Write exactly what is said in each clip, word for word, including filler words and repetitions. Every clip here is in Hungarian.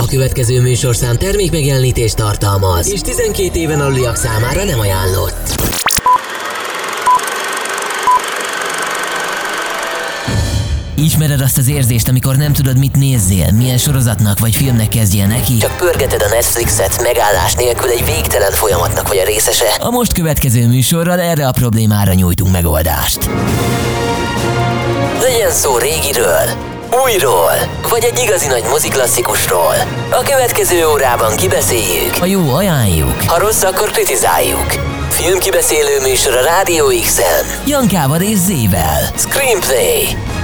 A következő műsorszám termékmegjelenítést tartalmaz, és tizenkét éven aluliak számára nem ajánlott. Ismered azt az érzést, amikor nem tudod, mit nézzél, milyen sorozatnak vagy filmnek kezdjél neki? Csak pörgeted a Netflixet megállás nélkül egy végtelen folyamatnak vagy a részese? A most következő műsorral erre a problémára nyújtunk megoldást. Legyen szó régiről, újról, vagy egy igazi nagy moziklasszikusról. A következő órában kibeszéljük. Ha jó, ajánljuk. Ha rossz, akkor kritizáljuk. Filmkibeszélő műsor a Rádió X-en. Jankával és Zével. Screenplay.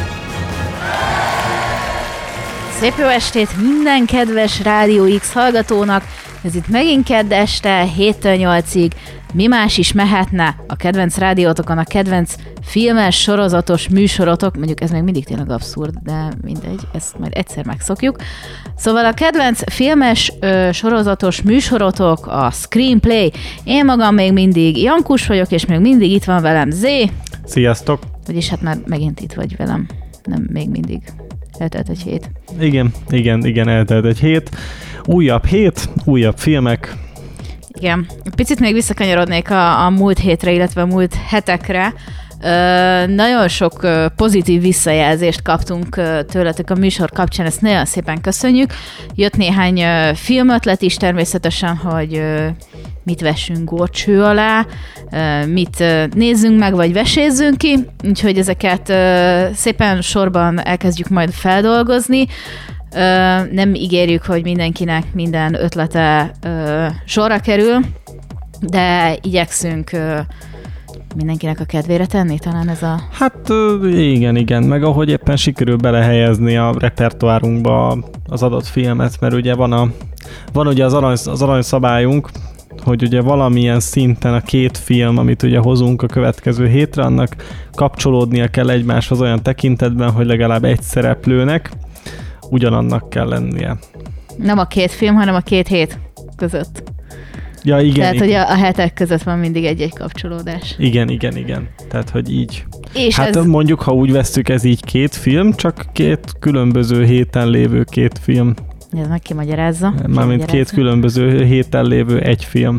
Szép jó estét minden kedves Rádió X hallgatónak! Ez itt megint kedd este, héttől nyolcig. Mi más is mehetne a kedvenc rádiótokon, a kedvenc filmes, sorozatos műsorotok, mondjuk ez még mindig tényleg abszurd, de mindegy, ezt majd egyszer megszokjuk. Szóval a kedvenc filmes, ö, sorozatos műsorotok, a Screenplay. Én magam még mindig Jankus vagyok, és még mindig itt van velem Zé. Sziasztok! Vagyis hát már megint itt vagy velem, nem még mindig. Eltelt egy hét. Igen, igen, igen, eltelt egy hét. Újabb hét, újabb filmek. Igen. Picit még visszakanyarodnék a, a múlt hétre, illetve a múlt hetekre. Ö, nagyon sok ö, pozitív visszajelzést kaptunk ö, tőletek a műsor kapcsán, ezt nagyon szépen köszönjük. Jött néhány ö, filmötlet is természetesen, hogy ö, mit vessünk górcső alá, ö, mit ö, nézzünk meg, vagy vesézzünk ki, úgyhogy ezeket ö, szépen sorban elkezdjük majd feldolgozni. Ö, nem ígérjük, hogy mindenkinek minden ötlete ö, sorra kerül, de igyekszünk ö, mindenkinek a kedvére tenni, talán ez a... Hát igen, igen, meg ahogy éppen sikerül belehelyezni a repertoárunkba az adott filmet, mert ugye van, a, van ugye az, arany, az aranyszabályunk, hogy ugye valamilyen szinten a két film, amit ugye hozunk a következő hétre, annak kapcsolódnia kell egymáshoz olyan tekintetben, hogy legalább egy szereplőnek ugyanannak kell lennie. Nem a két film, hanem a két hét között. Ja, igen. Tehát, igen. hogy a, a hetek között van mindig egy-egy kapcsolódás. Igen, igen, igen. Tehát, hogy így. És hát ez... mondjuk, ha úgy vesszük, ez így két film, csak két különböző héten lévő két film. Ez meg kimagyarázza. Mármint két különböző héten lévő egy film.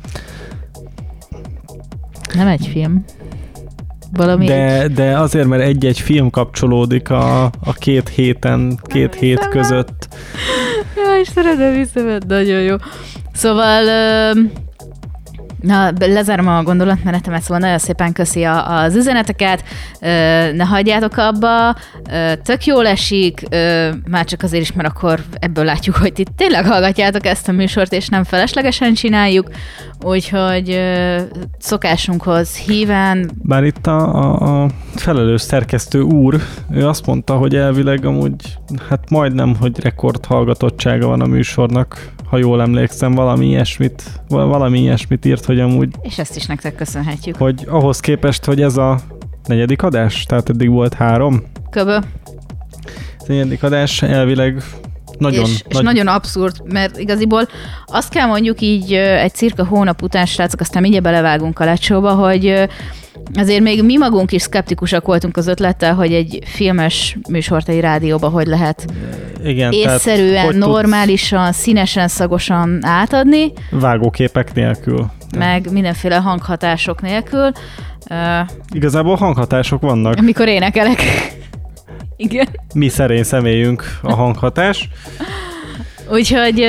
Nem egy film. Valami de, egy... de azért, mert egy-egy film kapcsolódik a, a két héten, két nem hét között. Ja, Istenem, nem hiszem, nagyon jó. Szóval... Na, lezárom a gondolatmenetemet, szóval nagyon szépen köszi a, az üzeneteket, ne hagyjátok abba, tök jól esik, már csak azért is, mert akkor ebből látjuk, hogy ti tényleg hallgatjátok ezt a műsort, és nem feleslegesen csináljuk, úgyhogy szokásunkhoz híven. Bár itt a, a, a felelős szerkesztő úr, ő azt mondta, hogy elvileg amúgy, hát majdnem, hogy rekord hallgatottsága van a műsornak, ha jól emlékszem, valami ilyesmit, valami ilyesmit írt, hogy amúgy... És ezt is nektek köszönhetjük. Hogy ahhoz képest, hogy ez a negyedik adás, tehát eddig volt három. Köbö. Ez a negyedik adás elvileg nagyon... És, nagy... és nagyon abszurd, mert igaziból azt kell mondjuk így egy cirka hónap után, srácok, aztán mindjárt belevágunk a lecsóba, hogy azért még mi magunk is szkeptikusak voltunk az ötlettel, hogy egy filmes műsort egy rádióba hogy lehet igen, észszerűen, tehát, normálisan, színesen, szagosan átadni. Vágóképek nélkül. Meg mindenféle hanghatások nélkül. Igazából hanghatások vannak. Amikor énekelek. Igen. Mi szerény személyünk a hanghatás. Úgyhogy...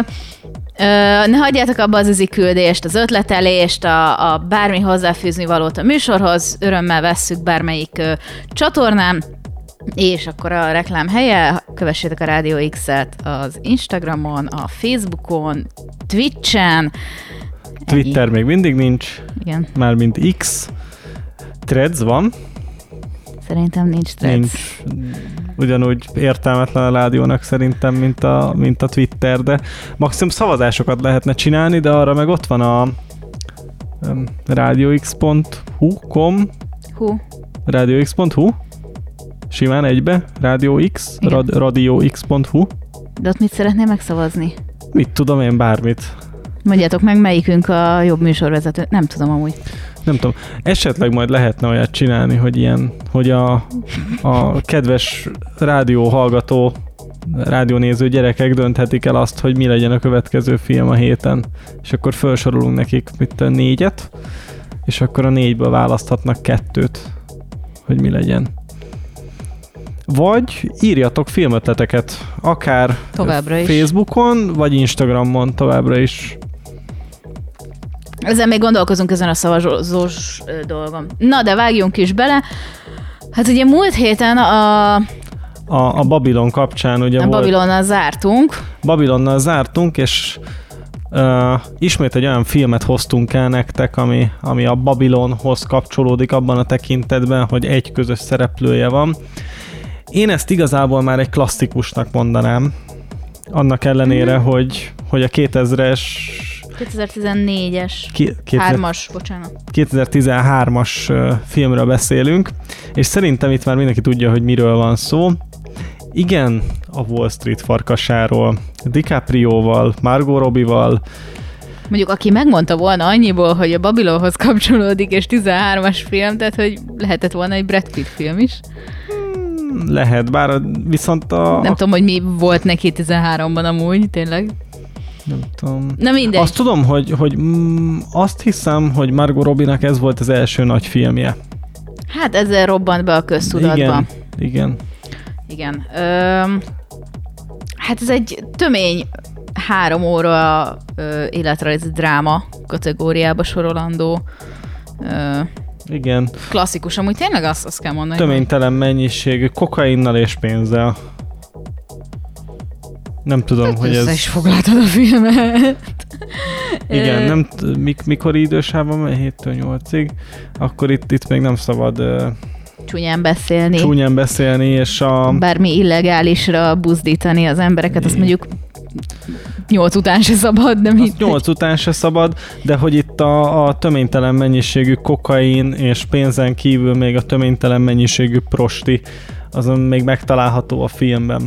Uh, ne hagyjátok abba az üziküldést, az ötletelést, a, a bármi hozzáfűzni valót a műsorhoz, örömmel vesszük bármelyik uh, csatornán, és akkor a reklám helye, kövessétek a Rádió X-et az Instagramon, a Facebookon, Twitchen. Twitter még mindig nincs. Igen. Mármint X. Threads van. Szerintem nincs Threads. Nincs. Ugyanúgy értelmetlen a rádiónak szerintem, mint a, mint a Twitter, de maximum szavazásokat lehetne csinálni, de arra meg ott van a um, radiox pont hu pont com Hu. radiox pont hu simán egybe, Radio X, rad, radiox pont hu. De ott mit szeretnél megszavazni? Mit tudom én, bármit. Mondjátok meg, melyikünk a jobb műsorvezető. Nem tudom amúgy. Nem tudom. Esetleg majd lehetne olyat csinálni, hogy ilyen, hogy a, a kedves rádió hallgató rádiónéző gyerekek dönthetik el azt, hogy mi legyen a következő film a héten. És akkor felsorolunk nekik mit a négyet, és akkor a négyből választhatnak kettőt, hogy mi legyen. Vagy írjatok filmötleteket, akár továbbra is. Facebookon, vagy Instagramon továbbra is. Ezzel még gondolkozunk ezen a szavazós dolgon. Na, de vágjunk is bele. Hát ugye múlt héten a... A, a Babylon kapcsán ugye a volt... Babylonnal zártunk. Babylonnal zártunk, és uh, ismét egy olyan filmet hoztunk el nektek, ami, ami a Babylonhoz kapcsolódik abban a tekintetben, hogy egy közös szereplője van. Én ezt igazából már egy klasszikusnak mondanám. Annak ellenére, mm-hmm. hogy, hogy a kétezres... kétezer-tizennégyes. Ki, hármas, bocsánat. kétezer-tizenhármas filmről beszélünk, és szerintem itt már mindenki tudja, hogy miről van szó. Igen, a Wall Street farkasáról, DiCaprioval, Margot Robbie-val. Mondjuk, aki megmondta volna annyiból, hogy a Babylonhoz kapcsolódik, és tizenhármas film, tehát, hogy lehetett volna egy Brad Pitt film is. Hmm, lehet, bár viszont a... Nem tudom, hogy mi volt neki tizenháromban amúgy, tényleg. Nem tudom. Na mindegy. Azt tudom, hogy, hogy mm, azt hiszem, hogy Margot Robbie-nak ez volt az első nagy filmje. Hát ezzel robbant be a köztudatba. Igen, igen. Igen. Öm, hát ez egy tömény három óra ö, életrajzi dráma kategóriába sorolandó. Ö, igen. Klasszikus, amúgy tényleg azt, azt kell mondani. Töménytelen mennyiségű kokainnal és pénzzel. Nem tudom, hát hogy ez... Össze is foglaltad a filmet. Igen, nem, mik, mikor idősában megy héttől nyolcig, akkor itt, itt még nem szabad uh, csúnyán beszélni. Csúnyán beszélni, és a... Bármi illegálisra buzdítani az embereket, azt mondjuk nyolc után se szabad, de mit? nyolc után se szabad, de hogy itt a, a töménytelen mennyiségű kokain és pénzen kívül még a töménytelen mennyiségű prosti, azon még megtalálható a filmben.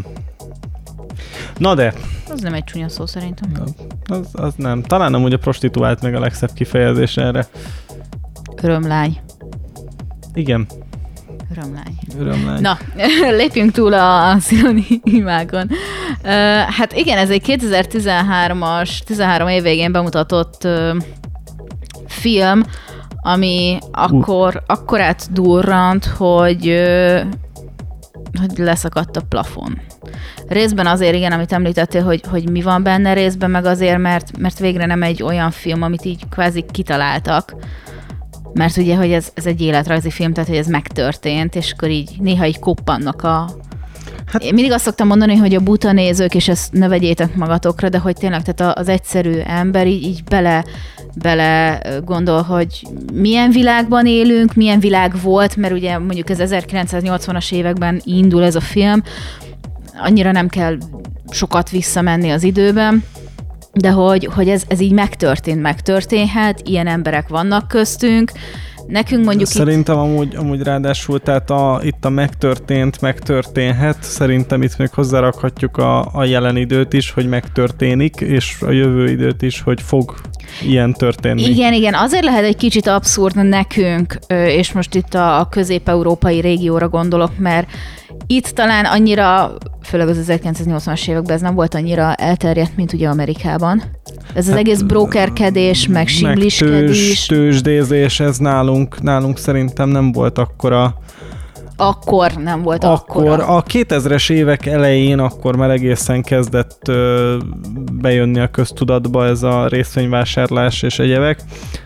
Na de... Az nem egy csúnya szó szerintem. Az, az nem. Talán amúgy a prostituált meg a legszebb kifejezés erre. Örömlány. Igen. Örömlány. Örömlány. Na, lépjünk túl a szinonimákon. Uh, hát igen, ez egy kétezer-tizenhármas, tizenhárom év végén bemutatott uh, film, ami akkor, uh. akkorát durrant, hogy, uh, hogy leszakadt a plafon. Részben azért, igen, amit említettél, hogy, hogy mi van benne, részben meg azért, mert, mert végre nem egy olyan film, amit így kvázi kitaláltak. Mert ugye, hogy ez, ez egy életrajzi film, tehát hogy ez megtörtént, és akkor így néha így koppannak a... Hát... Én mindig azt szoktam mondani, hogy a buta nézők, és ezt ne vegyétek magatokra, de hogy tényleg tehát az egyszerű ember így, így bele, bele gondol, hogy milyen világban élünk, milyen világ volt, mert ugye mondjuk ez ezerkilencszáznyolcvanas években indul ez a film, annyira nem kell sokat visszamenni az időben, de hogy, hogy ez, ez így megtörtént, megtörténhet, ilyen emberek vannak köztünk, nekünk mondjuk Szerintem itt... amúgy, amúgy ráadásul, tehát a, itt a megtörtént, megtörténhet, szerintem itt még hozzárakhatjuk a, a jelen időt is, hogy megtörténik, és a jövő időt is, hogy fog ilyen történni. Igen, igen, azért lehet egy kicsit abszurd nekünk, és most itt a, a közép-európai régióra gondolok, mert itt talán annyira, főleg az ezerkilencszáznyolcvanas években ez nem volt annyira elterjedt, mint ugye Amerikában. Ez az hát, egész brokerkedés, meg simliskedés. Tőzs, tőzsdézés, ez nálunk, nálunk szerintem nem volt akkora. Akkor nem volt akkor. akkora. A kétezres évek elején akkor már egészen kezdett ö, bejönni a köztudatba ez a részvényvásárlás és egyebek.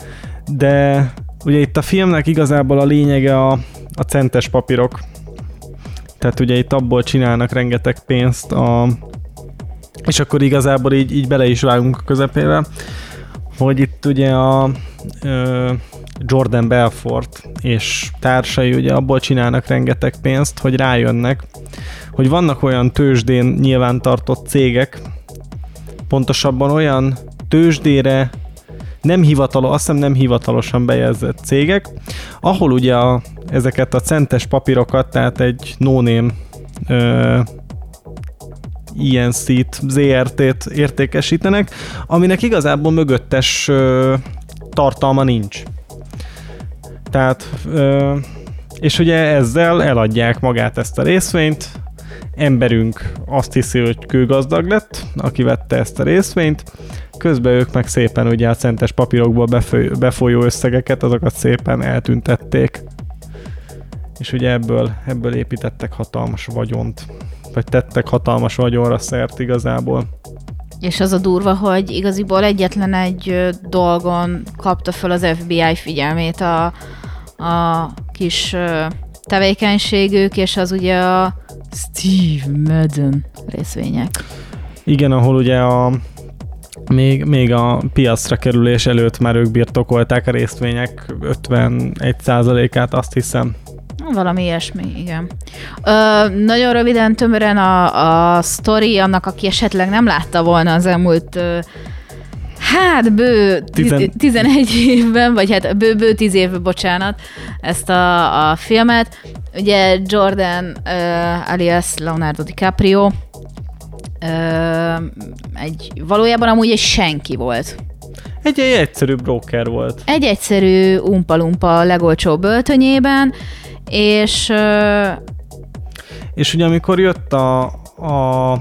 De ugye itt a filmnek igazából a lényege a, a centes papírok. Tehát ugye itt abból csinálnak rengeteg pénzt, a, és akkor igazából így, így bele is vágunk a közepébe, hogy itt ugye a ö, Jordan Belfort és társai ugye abból csinálnak rengeteg pénzt, hogy rájönnek, hogy vannak olyan tőzsdén nyilvántartott cégek, pontosabban olyan tőzsdére nem hivatalos, azt hiszem nem hivatalosan bejegyzett cégek, ahol ugye a, ezeket a centes papírokat, tehát egy no-name ö, I N C-t, Z R T-t értékesítenek, aminek igazából mögöttes ö, tartalma nincs. Tehát, ö, és ugye ezzel eladják magát ezt a részvényt, emberünk azt hiszi, hogy kőgazdag lett, aki vette ezt a részvényt, közben ők meg szépen ugye a centes papírokból befoly- befolyó összegeket, azokat szépen eltüntették. És ugye ebből, ebből építettek hatalmas vagyont, vagy tettek hatalmas vagyonra szert igazából. És az a durva, hogy igaziból egyetlen egy dolgon kapta fel az ef bé i figyelmét a, a kis tevékenységük, és az ugye a Steve Madden részvények. Igen, ahol ugye a Még, még a piacra kerülés előtt már ők birtokolták a részvények ötvenegy százalékát, azt hiszem. Valami ilyesmi, igen. Ö, nagyon röviden, tömören a, a sztori annak, aki esetleg nem látta volna az elmúlt ö, hát bő Tizen... tizenegy évben, vagy hát bő, bő tíz évben, bocsánat, ezt a, a filmet. Ugye Jordan ö, alias Leonardo DiCaprio Ö, egy, valójában amúgy egy senki volt. Egy, egy egyszerű broker volt. Egy egyszerű umpa-lumpa legolcsóbb öltönyében, és... Ö, és ugye amikor jött a, a,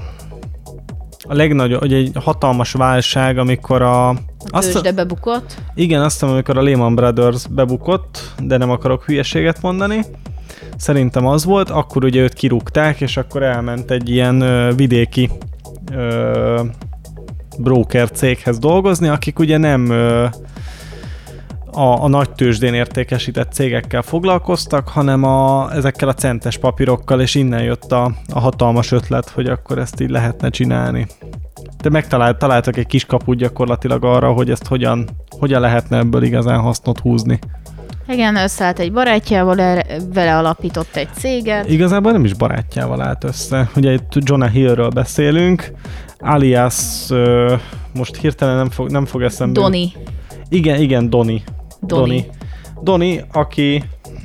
a legnagyobb, ugye egy hatalmas válság, amikor a... A tőzsde bebukott. Igen, azt hiszem, amikor a Lehman Brothers bebukott, de nem akarok hülyeséget mondani. Szerintem az volt, akkor ugye őt kirúgták, és akkor elment egy ilyen ö, vidéki ö, broker céghez dolgozni, akik ugye nem ö, a, a nagy tőzsdén értékesített cégekkel foglalkoztak, hanem a, ezekkel a centes papírokkal, és innen jött a, a hatalmas ötlet, hogy akkor ezt így lehetne csinálni. De megtalált, találtak egy kis kaput gyakorlatilag arra, hogy ezt hogyan, hogyan lehetne ebből igazán hasznot húzni. Igen, összeállt egy barátjával, vele alapított egy céget. Igazából nem is barátjával állt össze. Ugye itt Jonah Hillről beszélünk, alias most hirtelen nem fog, nem fog eszembe. Donnie. Igen, igen, Donnie. Donnie. Donnie, aki...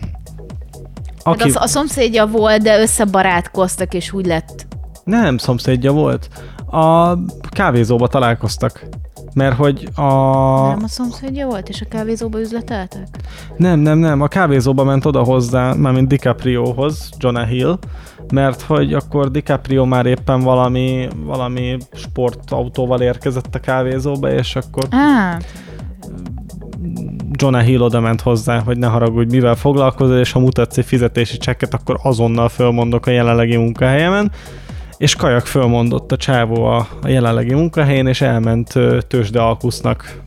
aki... Hát az, a szomszédja volt, de összebarátkoztak, és úgy lett. Nem szomszédja volt. A kávézóba találkoztak. Mert hogy a... Nem a szomszédja volt, és a kávézóba üzleteltek? Nem, nem, nem. A kávézóba ment oda hozzá, mármint DiCapriohoz, Jonah Hill, mert hogy akkor DiCaprio már éppen valami, valami sportautóval érkezett a kávézóba, és akkor ah. Jonah Hill oda ment hozzá, hogy ne haragudj, mivel foglalkozol, és ha mutatsz egy fizetési csekket, akkor azonnal fölmondok a jelenlegi munkahelyemen. És kajak fölmondott a csávó a, a jelenlegi munkahelyén, és elment tőzsde alkusznak.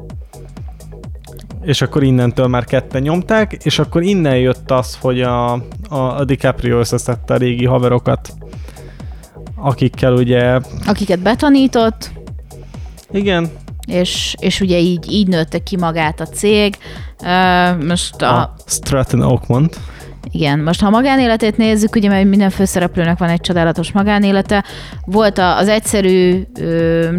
És akkor innentől már ketten nyomták, és akkor innen jött az, hogy a, a, a DiCaprio összeszedte a régi haverokat, akikkel ugye... Akiket betanított. Igen. És, és ugye így, így nőtte ki magát a cég. Uh, most a... a Stratton Oakmont. Igen, most ha a magánéletét nézzük, ugye mert minden főszereplőnek van egy csodálatos magánélete. Volt a, az egyszerű ö,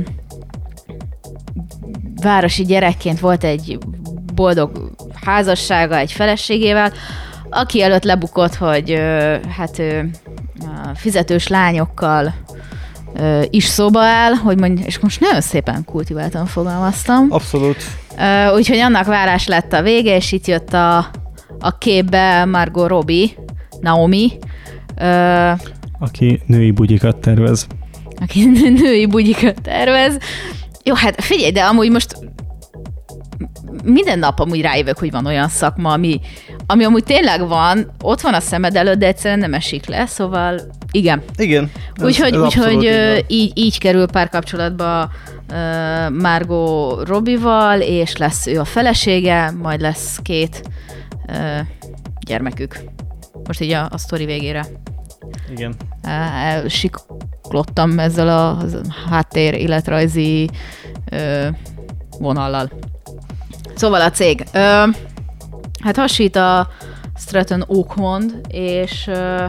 városi gyerekként volt egy boldog házassága egy feleségével, aki előtt lebukott, hogy ö, hát ö, a fizetős lányokkal ö, is szóba áll, hogy mondj, és most nagyon szépen kultiváltan fogalmaztam. Abszolút. Ö, úgyhogy annak vállás lett a vége, és itt jött a a képbe Margot Robbie, Naomi. Ö, aki női bugyikat tervez. Aki női bugyikat tervez. Jó, hát figyelj, de amúgy most minden nap amúgy rájövök, hogy van olyan szakma, ami, ami amúgy tényleg van, ott van a szemed előtt, de egyszerűen nem esik le, szóval igen. Igen. Úgyhogy úgy, így, így kerül párkapcsolatba uh, Margot Robbie-val, és lesz ő a felesége, majd lesz két uh, gyermekük. Most így a, a sztori végére. Igen. Uh, siklottam ezzel a háttér életrajzi uh, vonallal. Szóval a cég. Uh, hát hasít a Stratton Oakmont, és uh,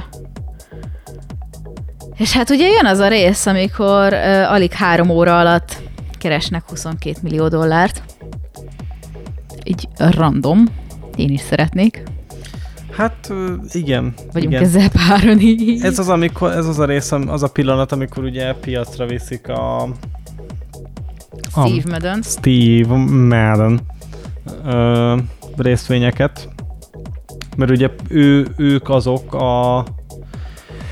és hát ugye jön az a rész, amikor uh, alig három óra alatt keresnek huszonkét millió dollárt. Így random. Én is szeretnék. Hát igen. Vagyunk igen. ezzel páron így. Ez az, amikor, ez az a rész, az a pillanat, amikor ugye piacra viszik a... Steve a, Madden. Steve Madden ö, részvényeket. Mert ugye ő, ők azok a...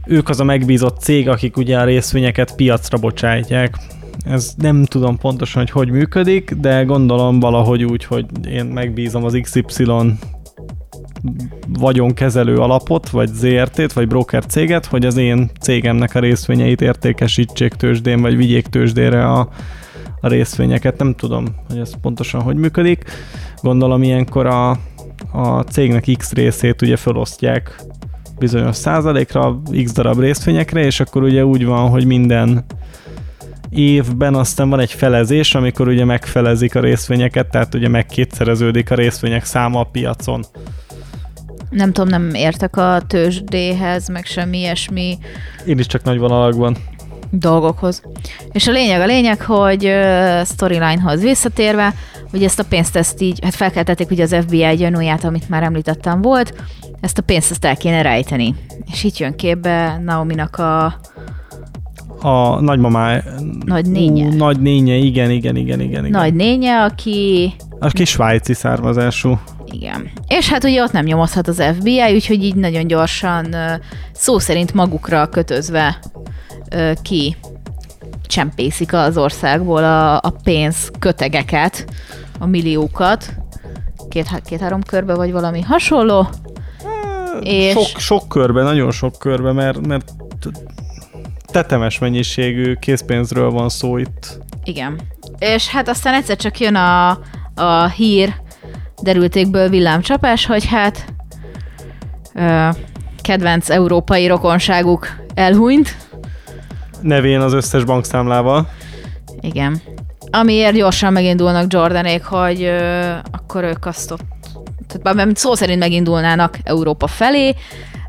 ők az a megbízott cég, akik ugye a részvényeket piacra bocsátják. Ez nem tudom pontosan, hogy hogy működik, de gondolom valahogy úgy, hogy én megbízom az iksz ipszilon vagyonkezelő alapot, vagy zé er té-t, vagy broker céget, hogy az én cégemnek a részvényeit értékesítsék tőzsdén, vagy vigyék tőzsdére a, a részvényeket. Nem tudom, hogy ez pontosan hogy működik. Gondolom ilyenkor a, a cégnek X részét ugye felosztják bizonyos százalékra, X darab részvényekre, és akkor ugye úgy van, hogy minden évben aztán van egy felezés, amikor ugye megfelezik a részvényeket, tehát ugye megkétszereződik a részvények száma a piacon. Nem tudom, nem értek a tőzsdéhez, meg semmi ilyesmi. Én is csak nagy vonalakban. Dolgokhoz. És a lényeg a lényeg, hogy uh, storylinehoz visszatérve, hogy ezt a pénzt ezt így, hát felkeltették ugye az ef bé i gyanúját, amit már említettem volt, ezt a pénzt ezt el kéne rejteni. És itt jön képbe Naominak a a nagymamá... Nagy nénye. Ú, nagy nénye, igen, igen, igen, igen. igen. Nagy nénye, aki... Aki svájci származású. Igen. És hát ugye ott nem nyomozhat az ef bé i, úgyhogy így nagyon gyorsan, szó szerint magukra kötözve ki csempészik az országból a, a pénz kötegeket, a milliókat, két, két-három körbe vagy valami hasonló. És... Sok, sok körbe, nagyon sok körbe, mert, mert tetemes mennyiségű készpénzről van szó itt. Igen. És hát aztán egyszer csak jön a, a hír derültékből villámcsapás, hogy hát ö, kedvenc európai rokonságuk elhunyt. Nevén az összes bankszámlával. Igen. Amiért gyorsan megindulnak Jordanék, hogy ö, akkor ők azt ott, tehát szó szerint megindulnának Európa felé, ö,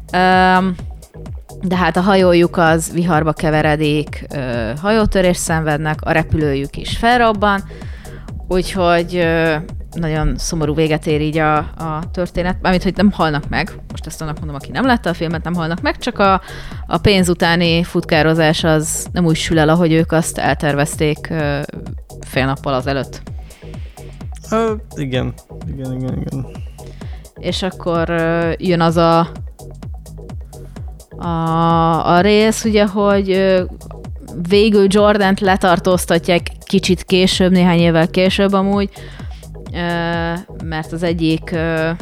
de hát a hajójuk az viharba keveredik, ö, hajótörést szenvednek, a repülőjük is felrobban, úgyhogy ö, nagyon szomorú véget ér így a, a történet, mármint, hogy nem halnak meg, most ezt annak mondom, aki nem látta a filmet, nem halnak meg, csak a, a pénz utáni futkározás az nem úgy sül el, ahogy ők azt eltervezték ö, fél nappal azelőtt. Uh, igen, igen, igen, igen. És akkor ö, jön az a a, a rész, ugye, hogy ö, végül Jordant letartóztatják kicsit később, néhány évvel később amúgy, mert az egyik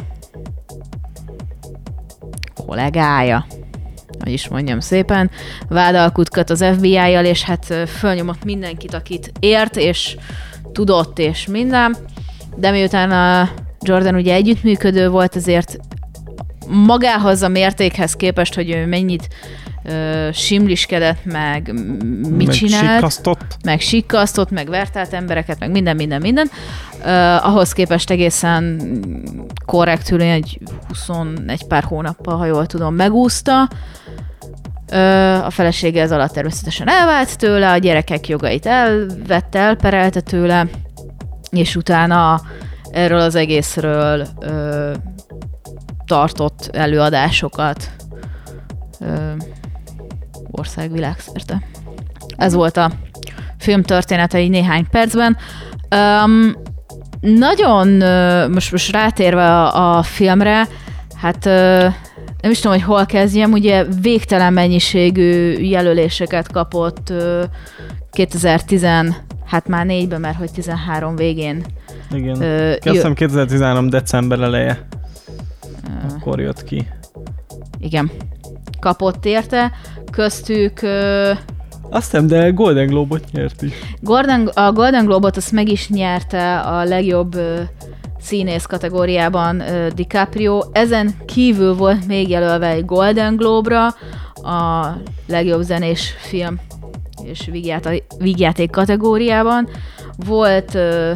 kollégája, hogy is mondjam szépen, vádalkut köt az ef bé i-jal, és hát fölnyomott mindenkit, akit ért, és tudott, és minden. De miután a Jordan ugye együttműködő volt, ezért magához a mértékhez képest, hogy ő mennyit uh, simliskedett, meg mit meg csinált. Sikkasztott. Meg sikkasztott, meg vertált embereket, meg minden, minden, minden. Uh, ahhoz képest egészen korrektül egy huszonegy pár hónappal, ha jól tudom, megúszta. Uh, a felesége ez alatt természetesen elvált tőle, a gyerekek jogait elvette, elperelte tőle, és utána erről az egészről uh, tartott előadásokat uh, országvilágszerte. Ez volt a film története így néhány percben. Um, nagyon, uh, most, most rátérve a, a filmre, hát uh, nem is tudom, hogy hol kezdjem, ugye végtelen mennyiségű jelöléseket kapott uh, kétezer-tíz, hát már négyben, mert hogy tizenhárom végén. Igen, uh, kezdtem kétezer-tizenhárom december eleje. Uh, Akkor jött ki. Igen. Kapott érte, köztük... Uh, Azt hiszem, de Golden Globe-ot nyert is. Golden, a Golden Globe-ot azt meg is nyerte a legjobb uh, színész kategóriában uh, DiCaprio. Ezen kívül volt még jelölve egy Golden Globe-ra a legjobb zenés film és vígjáték, vígjáték kategóriában. Volt uh,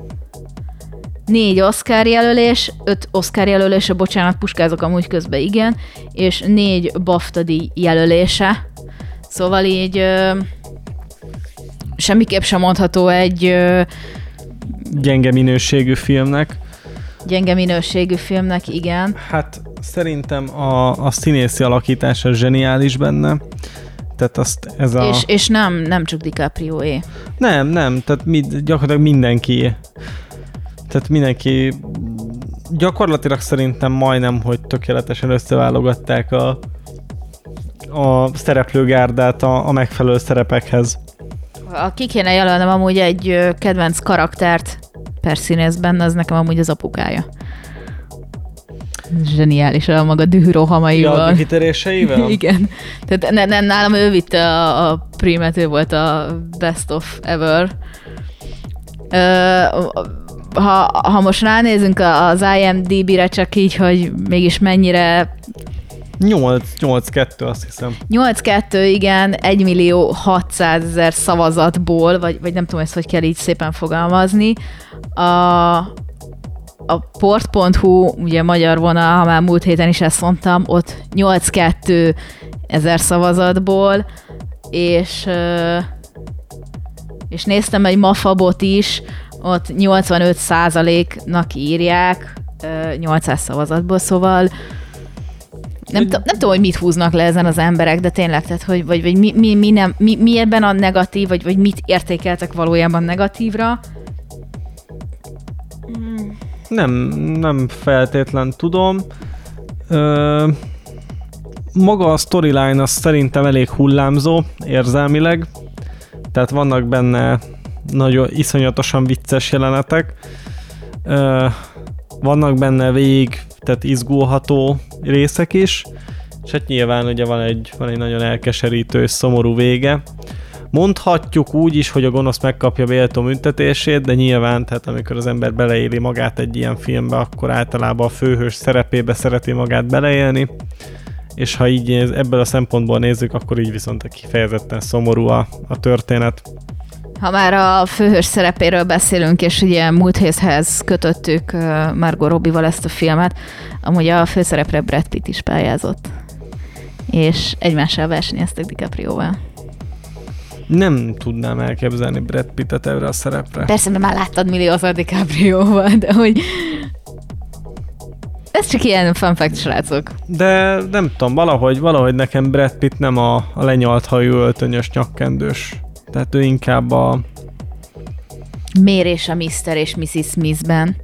négy Oscar jelölés, öt Oscar jelölése, bocsánat, puskázok amúgy közben, igen, és négy BAFTA díj jelölése. Szóval így ö, semmiképp sem mondható egy ö, gyenge minőségű filmnek. Gyenge minőségű filmnek, igen. Hát szerintem a, a színészi alakítás az zseniális benne. Tehát azt ez a... És, és nem, nem csak DiCaprio-é. Nem, nem, tehát mi, gyakorlatilag mindenki. Tehát mindenki gyakorlatilag szerintem majdnem, hogy tökéletesen összeválogatták a a szereplőgárdát a, a megfelelő szerepekhez. Ki kéne jelölnem amúgy egy kedvenc karaktert per színészben, az nekem amúgy az apukája. Zseniális a maga dührohamaival. Ja, a kitéréseivel? Igen. Tehát ne, ne, nálam ő vitte a, a primet, ő volt a best of ever. Uh, ha, ha most ránézünk az I M D B-re csak így, hogy mégis mennyire... nyolc kettő azt hiszem. nyolc kettő, igen, egy millió hatszázezer szavazatból, vagy, vagy nem tudom ezt, hogy kell így szépen fogalmazni. A, a port pont hu, ugye magyar vonal, ha már múlt héten is ezt mondtam, ott nyolc kettő ezer szavazatból, és, és néztem egy Mafabot is, ott nyolcvanöt százaléknak írják nyolcszáz szavazatból, szóval Nem, t- nem tudom, hogy mit húznak le ezen az emberek, de tényleg, tehát, hogy, vagy, vagy mi, mi, mi, nem, mi, mi ebben a negatív, vagy, vagy mit értékeltek valójában negatívra? Nem, nem feltétlen tudom. Ö, maga a storyline az szerintem elég hullámzó érzelmileg, tehát vannak benne nagyon iszonyatosan vicces jelenetek. Ö, vannak benne végig, tehát izgulható részek is, és hát nyilván ugye van egy, van egy nagyon elkeserítő és szomorú vége. Mondhatjuk úgy is, hogy a gonosz megkapja méltó büntetését, de nyilván, tehát amikor az ember beleéli magát egy ilyen filmbe, akkor általában a főhős szerepébe szereti magát beleélni, és ha így ebből a szempontból nézzük, akkor így viszont kifejezetten szomorú a, a történet. Ha már a főhős szerepéről beszélünk, és ugye múlt héthez kötöttük Margot Robbie-val ezt a filmet, amúgy a főszerepre Brad Pitt is pályázott. És egymással versenyeztek DiCaprioval. Nem tudnám elképzelni Brad Pittet erre a szerepre. Persze, mert már láttad milliószor DiCaprioval, de hogy... Ez csak ilyen fun fact, srácok. De nem tudom, valahogy, valahogy nekem Brad Pitt nem a, a lenyalt hajú öltönyös nyakkendős. Tehát ő inkább a... Mérés a miszter és missziz Smithben.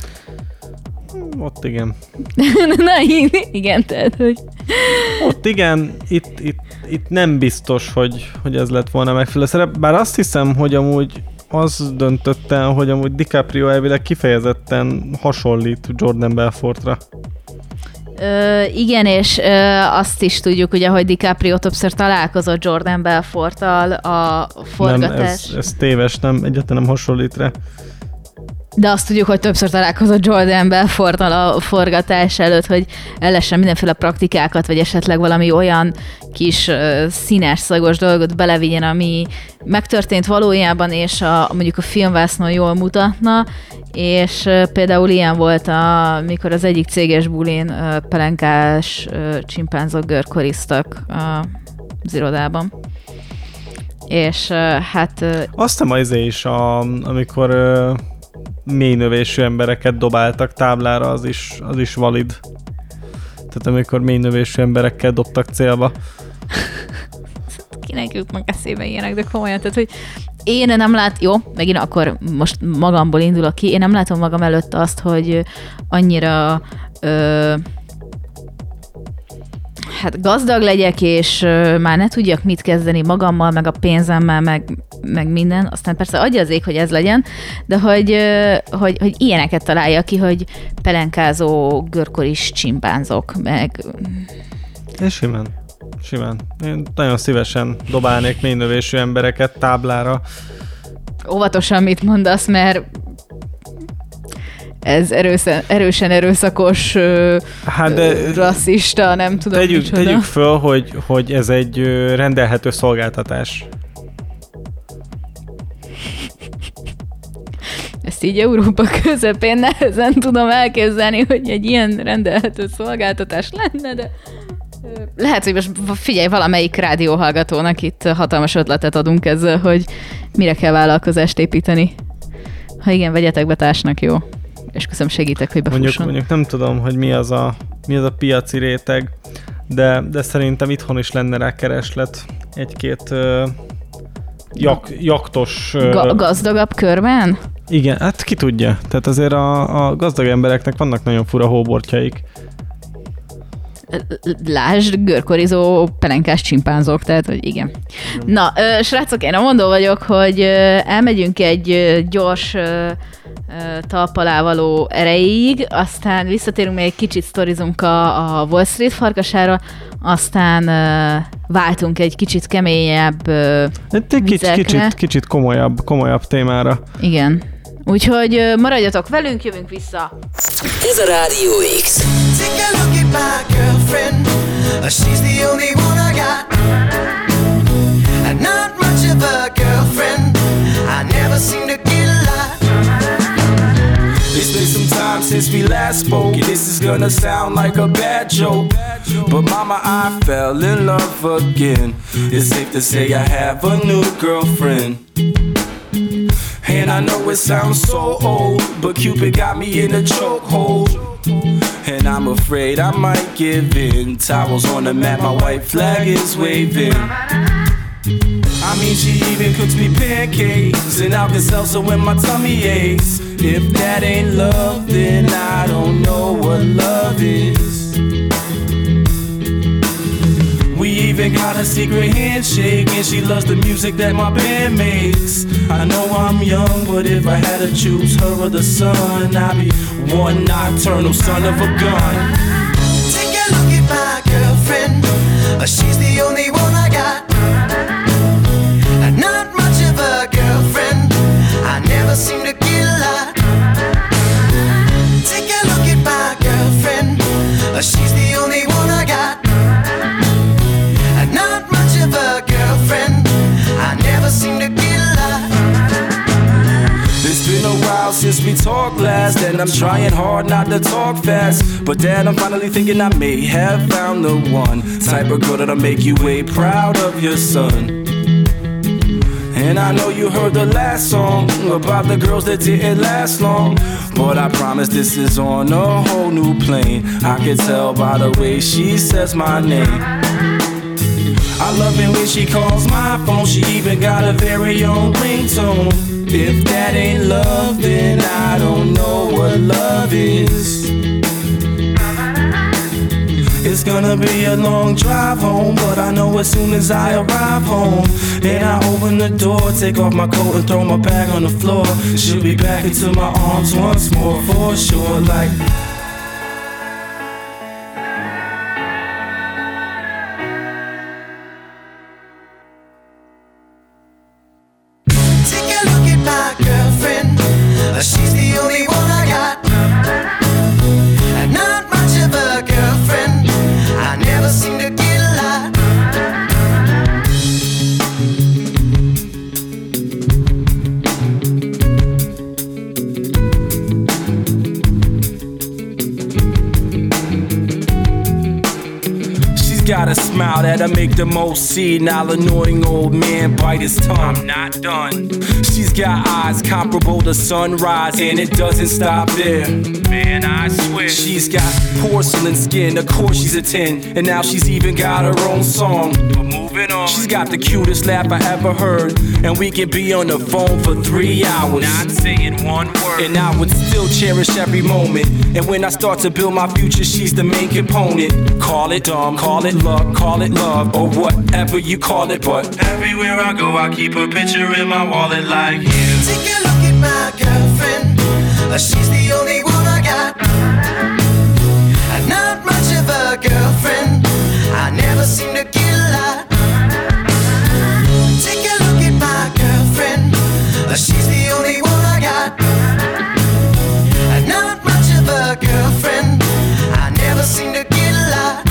Ott igen. Na igen, tehát, hogy... Ott igen, itt, itt, itt nem biztos, hogy, hogy ez lett volna megfelelő szerep, bár azt hiszem, hogy amúgy az döntött el, hogy amúgy DiCaprio elvileg kifejezetten hasonlít Jordan Belfortra. Ö, igen, és ö, azt is tudjuk, ugye, hogy DiCaprio többször találkozott Jordan Belforttal a forgatás. Nem, ez, ez téves, nem, egyáltalán nem hasonlít rá. De azt tudjuk, hogy többször találkozott Jordan Belforttal a forgatás előtt, hogy ellesen mindenféle praktikákat, vagy esetleg valami olyan kis uh, színes, szagos dolgot belevigyen, ami megtörtént valójában, és a, mondjuk a filmvásznon jól mutatna, és uh, például ilyen volt, a, mikor az egyik céges bulin uh, pelenkás uh, csimpánzok görkoriztak uh, az irodában. És uh, hát... Uh, Aztán az is, a, amikor... Uh... mélynövésű embereket dobáltak táblára, az is, az is valid. Tehát amikor mélynövésű emberekkel dobtak célba. Kinek jutnak eszébe ilyenek, de komolyan. Tehát, hogy én nem lát, jó, megint akkor most magamból indulok ki, én nem látom magam előtt azt, hogy annyira ö, hát gazdag legyek, és ö, már ne tudjak mit kezdeni magammal, meg a pénzemmel, meg, meg minden. Aztán persze adja az ég, hogy ez legyen, de hogy, ö, hogy, hogy ilyeneket találja ki, hogy pelenkázó, görkoris csimpánzok, meg... És simán. Simán. Én nagyon szívesen dobálnék mélynövésű embereket táblára. Óvatosan mit mondasz, mert ez erősen, erősen erőszakos, hát de rasszista, nem tudom tegyük, micsoda. Tegyük föl, hogy, hogy ez egy rendelhető szolgáltatás. Ezt így Európa közepén nehezen tudom elképzelni, hogy egy ilyen rendelhető szolgáltatás lenne, de lehet, hogy most figyelj, valamelyik rádióhallgatónak itt hatalmas ötletet adunk ezzel, hogy mire kell vállalkozást építeni. Ha igen, vegyetek be társnak, jó? És köszönöm, segítek, hogy befusson. Mondjuk, mondjuk nem tudom, hogy mi az a, mi az a piaci réteg, de, de szerintem itthon is lenne rá kereslet egy-két uh, jak, jaktos... Uh, Ga- gazdagabb körben? Igen, hát ki tudja. Tehát azért a, a gazdag embereknek vannak nagyon fura hóbortjaik. lásd, görkorizó pelenkás csimpánzok, tehát, hogy igen. Na, srácok, én a mondó vagyok, hogy elmegyünk egy gyors talpalávaló erejéig, aztán visszatérünk, még egy kicsit sztorizunk a, a Wall Street farkasára, aztán uh, váltunk egy kicsit keményebb uh, egy kicsit, kicsit, kicsit komolyabb, komolyabb témára. Igen. Úgyhogy uh, maradjatok velünk, jövünk vissza. Ez a Rádió X. Take a look at my girlfriend. She's the only one I got. And not much of a girlfriend. I never seem to get a lot. It's been some time since we last spoke, and this is gonna sound like a bad joke, but mama, I fell in love again. It's safe to say I have a new girlfriend. And I know it sounds so old, but Cupid got me in a chokehold. And I'm afraid I might give in. Towels on the mat, my white flag is waving. I mean, she even cooks me pancakes and Alka-Seltzer when my tummy aches. If that ain't love, then I don't know what love is. We even got a secret handshake, and she loves the music that my band makes. I know I'm young, but if I had to choose her or the sun, I'd be one nocturnal son of a gun. Take a look at my girlfriend. She's the only one I got. Not much of a girlfriend. I never seem to get a lot. Take a look at my girlfriend. She's the only one I got. Not much of a girlfriend. I never seem to get a lot. It's been a while since we talked last, and I'm trying hard not to talk fast. But Dad, I'm finally thinking I may have found the one type of girl that'll make you way proud of your son. And I know you heard the last song about the girls that didn't last long, but I promise this is on a whole new plane. I can tell by the way she says my name. I love it when she calls my phone. She even got a very own ringtone. If that ain't love, then I don't know what love is. It's gonna be a long drive home, but I know as soon as I arrive home, and I open the door, take off my coat and throw my bag on the floor, she'll be back into my arms once more for sure, like. Take a look at my girlfriend. She's the only one I got. Not much of a girlfriend. I never seem to get a lot. She's got a smile that'll make the most senile, annoying old man bite his tongue. I'm not done. She's got eyes comparable to sunrise, and it doesn't stop there. Man, I swear. She's got porcelain skin, of course she's a ten, and now she's even got her own song. But moving on. She's got the cutest laugh I ever heard, and we can be on the phone for three hours. Not saying one word. And I would still cherish every moment. And when I start to build my future, she's the main component. Call it dumb, call it luck, call it love, or whatever you call it, but everywhere I go, I keep a picture in my wallet like you. Take a look at my girlfriend. She's the only one I got. Not much of a girlfriend. I never seem to get a lot. Take a look at my girlfriend. She's the only one I got. Not much of a girlfriend. I never seem to get a lot.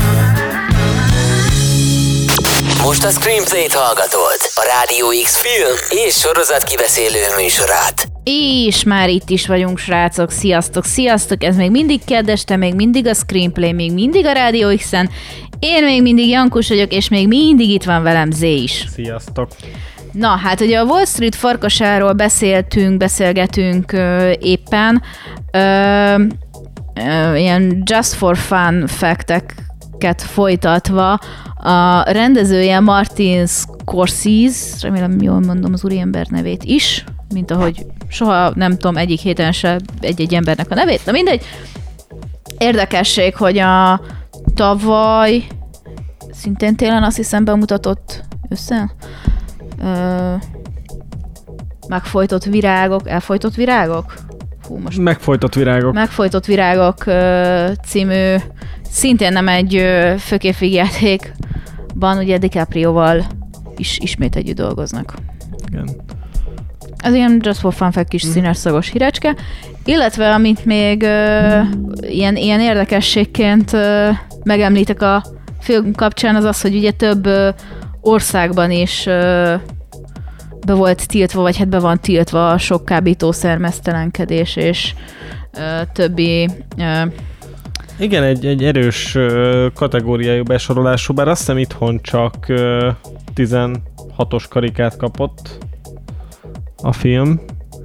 Most a Screenplay-t hallgatod, a Rádió X film és sorozat kibeszélő műsorát. És már itt is vagyunk, srácok. Sziasztok, sziasztok! Ez még mindig kedd este, még mindig a Screenplay, még mindig a Rádió X-en. Én még mindig Jankus vagyok, és még mindig itt van velem Zé is. Sziasztok! Na, hát ugye a Wall Street farkasáról beszéltünk, beszélgetünk ö, éppen. Ö, ö, ilyen just for fun fact-eket folytatva. A rendezője Martin Scorsese, remélem jól mondom az úriember nevét is, mint ahogy soha nem tudom egyik héten se egy-egy embernek a nevét, na mindegy. Érdekesség, hogy a tavaly, szintén télen azt hiszem bemutatott össze, ö, megfojtott virágok, elfojtott virágok? Hú, most Megfojtott virágok. Megfojtott virágok ö, című, szintén nem egy ö, főképvigyátékban, ugye DiCaprioval is ismét együtt dolgoznak. Igen. Ez ilyen just for fun fact kis mm. színes szagos hírecske, illetve amit még ö, ilyen, ilyen érdekességként ö, megemlítek a film kapcsán, az az, hogy ugye több ö, országban is ö, be volt tiltva, vagy hát be van tiltva a sok kábítószer, meztelenkedés és ö, többi... Ö, Igen, egy, egy erős ö, kategóriájú besorolású, bár azt hiszem itthon csak ö, tizenhatos karikát kapott a film.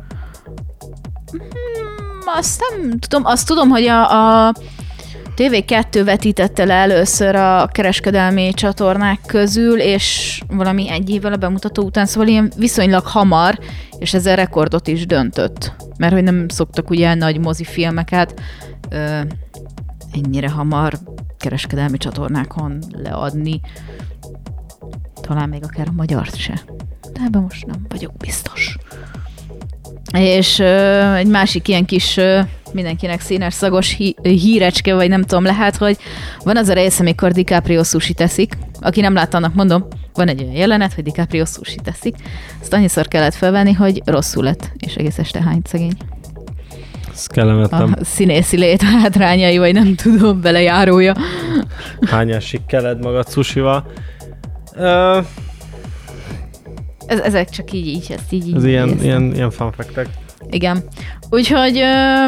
Azt nem tudom, azt tudom, hogy a, a té vé kettő vetítette le először a kereskedelmi csatornák közül, és valami egy évvel a bemutató után, szóval ilyen viszonylag hamar, és ezzel rekordot is döntött. Mert hogy nem szoktak ugye nagy mozifilmeket ö, ennyire hamar kereskedelmi csatornákon leadni. Talán még akár a magyart se. De ebben most nem vagyok biztos. És ö, egy másik ilyen kis ö, mindenkinek színes szagos hí- hírecske, vagy nem tudom, lehet, hogy van az a rész, amikor DiCaprio sushi teszik. Aki nem látta, annak mondom, van egy olyan jelenet, hogy DiCaprio sushi teszik. Azt annyiszor kellett felvenni, hogy rosszul lett, és egész este hányt szegény. Ez kellemetlen. A színészi lét hátrányai, vagy nem tudom, belejárója. Hányásig keled magad sushival. Uh, Ez, ezek csak így, így, ezt így, így ez ilyen, ilyen, ilyen fun fact-ek. Igen. Úgyhogy ö,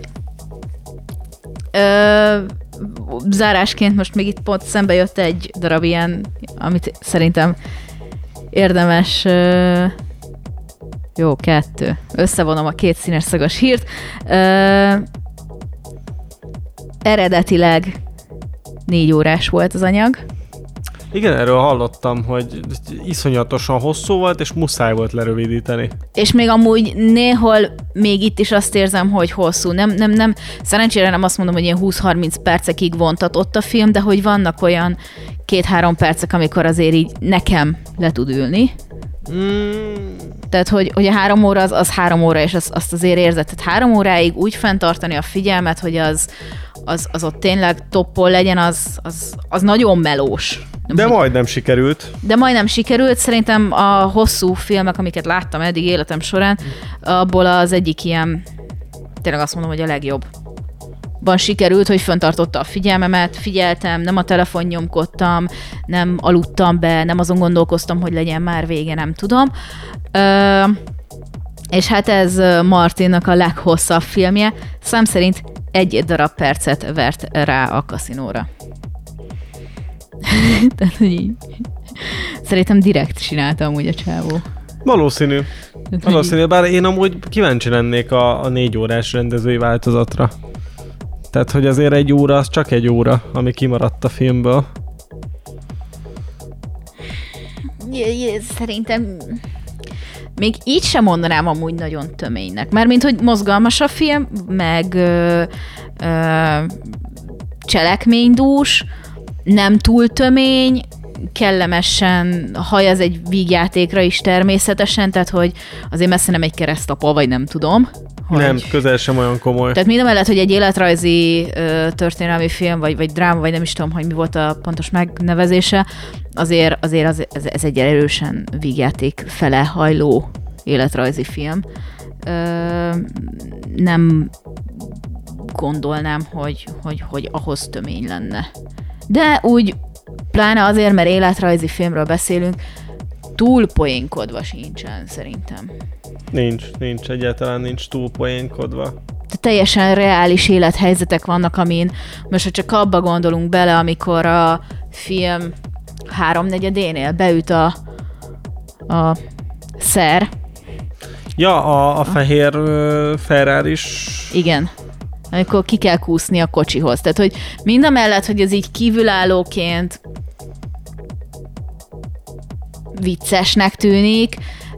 ö, zárásként most még itt pont szembe jött egy darab ilyen, amit szerintem érdemes, ö, jó, kettő. Összevonom a két színes szagos hírt. Ö, eredetileg négy órás volt az anyag. Igen, erről hallottam, hogy iszonyatosan hosszú volt, és muszáj volt lerövidíteni. És még amúgy néhol még itt is azt érzem, hogy hosszú. Nem, nem, nem, szerencsére nem azt mondom, hogy ilyen húsz-harminc percekig vontatott a film, de hogy vannak olyan két-három percek, amikor azért így nekem le tud ülni. Mm. Tehát, hogy, hogy a három óra az, az három óra, és az, azt azért érzed. Tehát három óráig úgy fenntartani a figyelmet, hogy az, az, az ott tényleg toppol legyen, az, az, az nagyon melós. Nem de hogy... majdnem sikerült. De majdnem sikerült. Szerintem a hosszú filmek, amiket láttam eddig életem során, abból az egyik ilyen, tényleg azt mondom, hogy a legjobb. Ban sikerült, hogy fenntartotta a figyelmemet, figyeltem, nem a telefon nyomkodtam, nem aludtam be, nem azon gondolkoztam, hogy legyen már vége, nem tudom. Ö, és hát ez Martinnak a leghosszabb filmje, szám szerint egy darab percet vert rá a kaszinóra. Tehát, hogy így. Szerintem direkt csinálta amúgy a csávó. Valószínű. Valószínű, bár én amúgy kíváncsi lennék a, a négy órás rendezői változatra. Tehát, hogy azért egy óra, az csak egy óra, ami kimaradt a filmből. Szerintem még így sem mondanám amúgy nagyon töménynek. Mármint, hogy mozgalmas a film, meg ö, ö, cselekménydús, nem túl tömény, kellemesen hajaz egy vígjátékra is természetesen, tehát hogy azért messze nem egy keresztapa, vagy nem tudom. Hogy... Nem, közel sem olyan komoly. Tehát mindamellett, hogy egy életrajzi ö, történelmi film, vagy, vagy dráma, vagy nem is tudom, hogy mi volt a pontos megnevezése, azért, azért az, ez, ez egy erősen vígjáték fele hajló életrajzi film. Ö, nem gondolnám, hogy, hogy, hogy ahhoz tömény lenne. De úgy, pláne azért, mert életrajzi filmről beszélünk, túl poénkodva sincsen, szerintem. Nincs, nincs, egyáltalán nincs túl poénkodva. De teljesen reális élethelyzetek vannak, amin most, ha csak abba gondolunk bele, amikor a film háromnegyedénél beüt a, a szer. Ja, a, a fehér uh, Ferraris. Igen. Amikor ki kell kúszni a kocsihoz. Tehát, hogy mindamellett, hogy ez így kívülállóként viccesnek tűnik,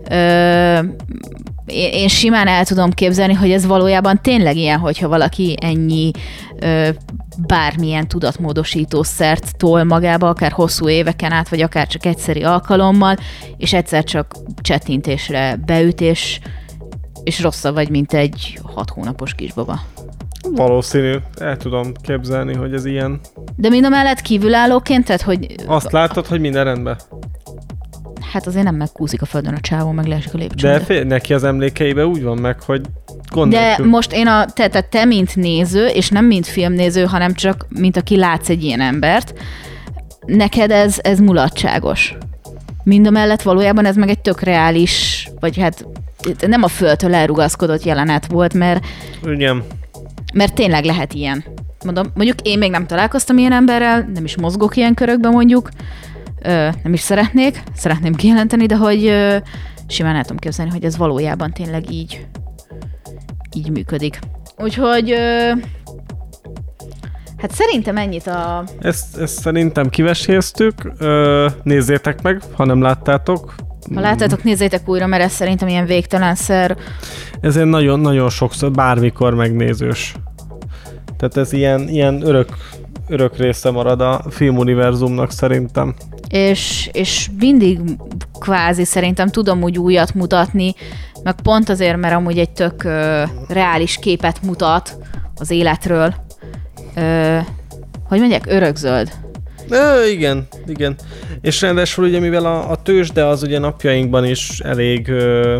Ö, én, én simán el tudom képzelni, hogy ez valójában tényleg ilyen, hogyha valaki ennyi ö, bármilyen tudatmódosítószert tol magába, akár hosszú éveken át, vagy akár csak egyszeri alkalommal, és egyszer csak csettintésre beüt, és, és rosszabb vagy, mint egy hat hónapos kisbaba. Valószínű, el tudom képzelni, hogy ez ilyen. De mind a mellett kívülállóként, tehát hogy... Azt látod, hogy minden rendben? Hát azért nem megkúszik a földön a csávó, meg leesik a lépcsőn. De fél, neki az emlékeiben úgy van meg, hogy gond De nélkül. most én a, te, te, te mint néző, és nem mint filmnéző, hanem csak mint aki látsz egy ilyen embert, neked ez, ez mulatságos. Mind a mellett valójában ez meg egy tök reális, vagy hát nem a földtől elrugaszkodott jelenet volt, mert, Igen. mert tényleg lehet ilyen. Mondom, mondjuk én még nem találkoztam ilyen emberrel, nem is mozgok ilyen körökben mondjuk, Ö, nem is szeretnék, szeretném kijelenteni, de hogy ö, simán el tudom képzelni, hogy ez valójában tényleg így így működik. Úgyhogy ö, hát szerintem ennyit a... Ezt, ezt szerintem kiveséztük. Ö, nézzétek meg, ha nem láttátok. Ha láttátok, nézzétek újra, mert ez szerintem ilyen végtelenszer. Ezért nagyon-nagyon sokszor, bármikor megnézős. Tehát ez ilyen, ilyen örök, örök része marad a filmuniverzumnak szerintem. És, és mindig kvázi szerintem tudom úgy újat mutatni, meg pont azért, mert amúgy egy tök ö, reális képet mutat az életről. Ö, hogy mondják, örökzöld. Ö, igen, igen. És ráadásul ugye, mivel a, a tőzsde az ugye napjainkban is elég ö,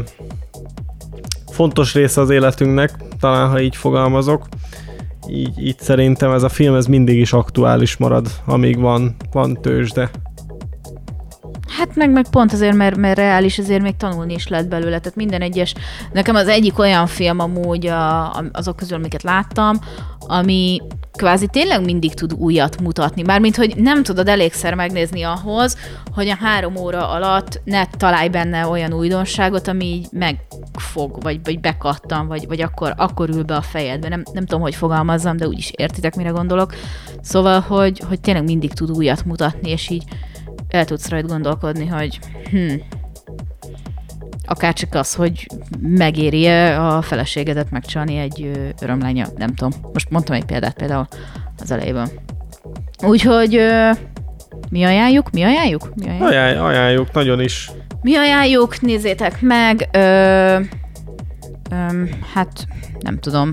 fontos része az életünknek, talán ha így fogalmazok, így, így szerintem ez a film ez mindig is aktuális marad, amíg van, van tőzsde. Hát meg, meg pont azért, mert, mert reális, azért még tanulni is lehet belőle. Tehát minden egyes... Nekem az egyik olyan film amúgy a, azok közül, amiket láttam, ami kvázi tényleg mindig tud újat mutatni. Mármint, hogy nem tudod elégszer megnézni ahhoz, hogy a három óra alatt ne találj benne olyan újdonságot, ami így megfog, vagy, vagy bekattan, vagy, vagy akkor, akkor ül be a fejedbe. Nem, nem tudom, hogy fogalmazzam, de úgyis értitek, mire gondolok. Szóval, hogy, hogy tényleg mindig tud újat mutatni, és így el tudsz rajta gondolkodni, hogy hm, akárcsak az, hogy megéri-e a feleségedet megcsalni egy örömlánya, nem tudom. Most mondtam egy példát például az elejében. Úgyhogy mi ajánljuk? Mi ajánljuk? Mi ajánljuk? Ajánl, ajánljuk, nagyon is. Mi ajánljuk, nézzétek meg. Ö, ö, hát nem tudom.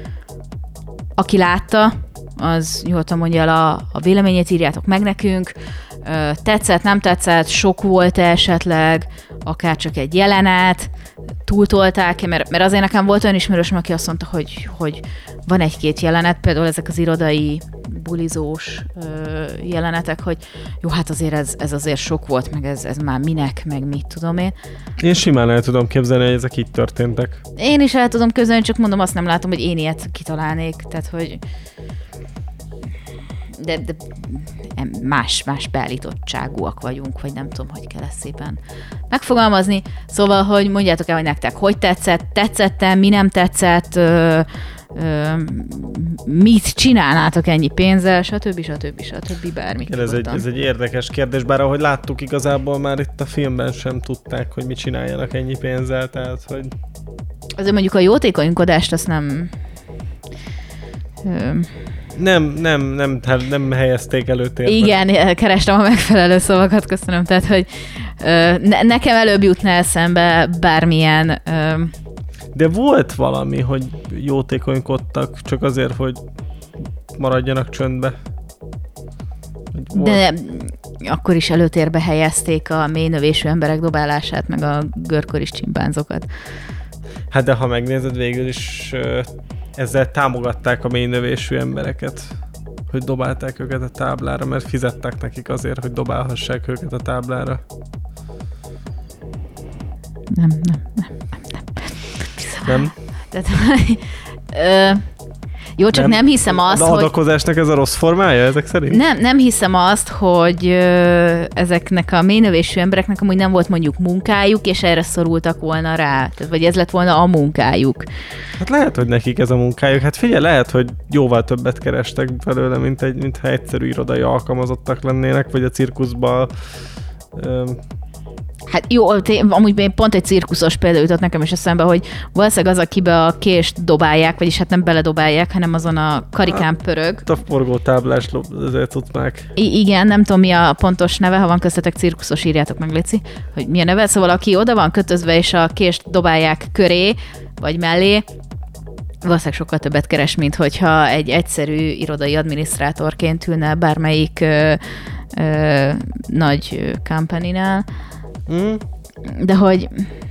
Aki látta, az nyugodtan mondja el a, a véleményét, írjátok meg nekünk. Ö, tetszett, nem tetszett, sok volt esetleg, akár csak egy jelenet, túltolták, mert, mert azért nekem volt olyan ismerősöm, aki azt mondta, hogy, hogy van egy-két jelenet, például ezek az irodai bulizós ö, jelenetek, hogy jó, hát azért ez, ez azért sok volt, meg ez, ez már minek, meg mit tudom én. Én simán el tudom képzelni, hogy ezek így történtek. Én is el tudom képzelni, csak mondom, azt nem látom, hogy én ilyet kitalálnék, tehát hogy de, de más, más beállítottságúak vagyunk, vagy nem tudom, hogy kell ezt szépen megfogalmazni. Szóval, hogy mondjátok el, hogy nektek hogy tetszett, tetszett-e, mi nem tetszett, ö, ö, mit csinálnátok ennyi pénzzel, stb. stb. stb. Bármit. Ez egy, ez egy érdekes kérdés, bár ahogy láttuk, igazából már itt a filmben sem tudták, hogy mit csináljanak ennyi pénzzel, tehát, hogy... Azért mondjuk a jótékonykodást azt nem... Ö, Nem, nem, nem, nem helyezték előtérbe. Igen, kerestem a megfelelő szavakat, köszönöm. Tehát, hogy ö, ne, nekem előbb jutna eszembe bármilyen... Ö, De volt valami, hogy jótékonykodtak, csak azért, hogy maradjanak csöndbe. De akkor is előtérbe helyezték a mélynövésű emberek dobálását, meg a görkoris csimpánzokat. Hát de ha megnézed, végül is ezzel támogatták a mélynövésű embereket, hogy dobálták őket a táblára, mert fizettek nekik azért, hogy dobálhassák őket a táblára. Nem, nem, nem, nem. nem. Nem? Tehát, ö, jó, csak nem, nem hiszem azt, hogy... hogy... A adakozásnak ez a rossz formája, ezek szerint? Nem, nem hiszem azt, hogy ö, ezeknek a mélynövésű embereknek amúgy nem volt mondjuk munkájuk, és erre szorultak volna rá. Tehát, vagy ez lett volna a munkájuk. Hát lehet, hogy nekik ez a munkájuk. Hát figyelj, lehet, hogy jóval többet kerestek belőle, mint, egy, mint ha egyszerű irodai alkalmazottak lennének, vagy a cirkuszban ö, Hát jó, té- amúgy pont egy cirkuszos példa jutott nekem is eszembe, hogy valószínűleg az, akibe a kést dobálják, vagyis hát nem beledobálják, hanem azon a karikán pörög. A forgótáblás ezért tudnák. I- igen, nem tudom, mi a pontos neve, ha van köztetek cirkuszos, írjátok meg, Léci, hogy mi a neve. Szóval aki oda van kötözve, és a kést dobálják köré, vagy mellé, valószínűleg sokkal többet keres, mint hogyha egy egyszerű irodai adminisztrátorként ülne bármelyik ö, ö, nagy company-nál. Mm. De hogy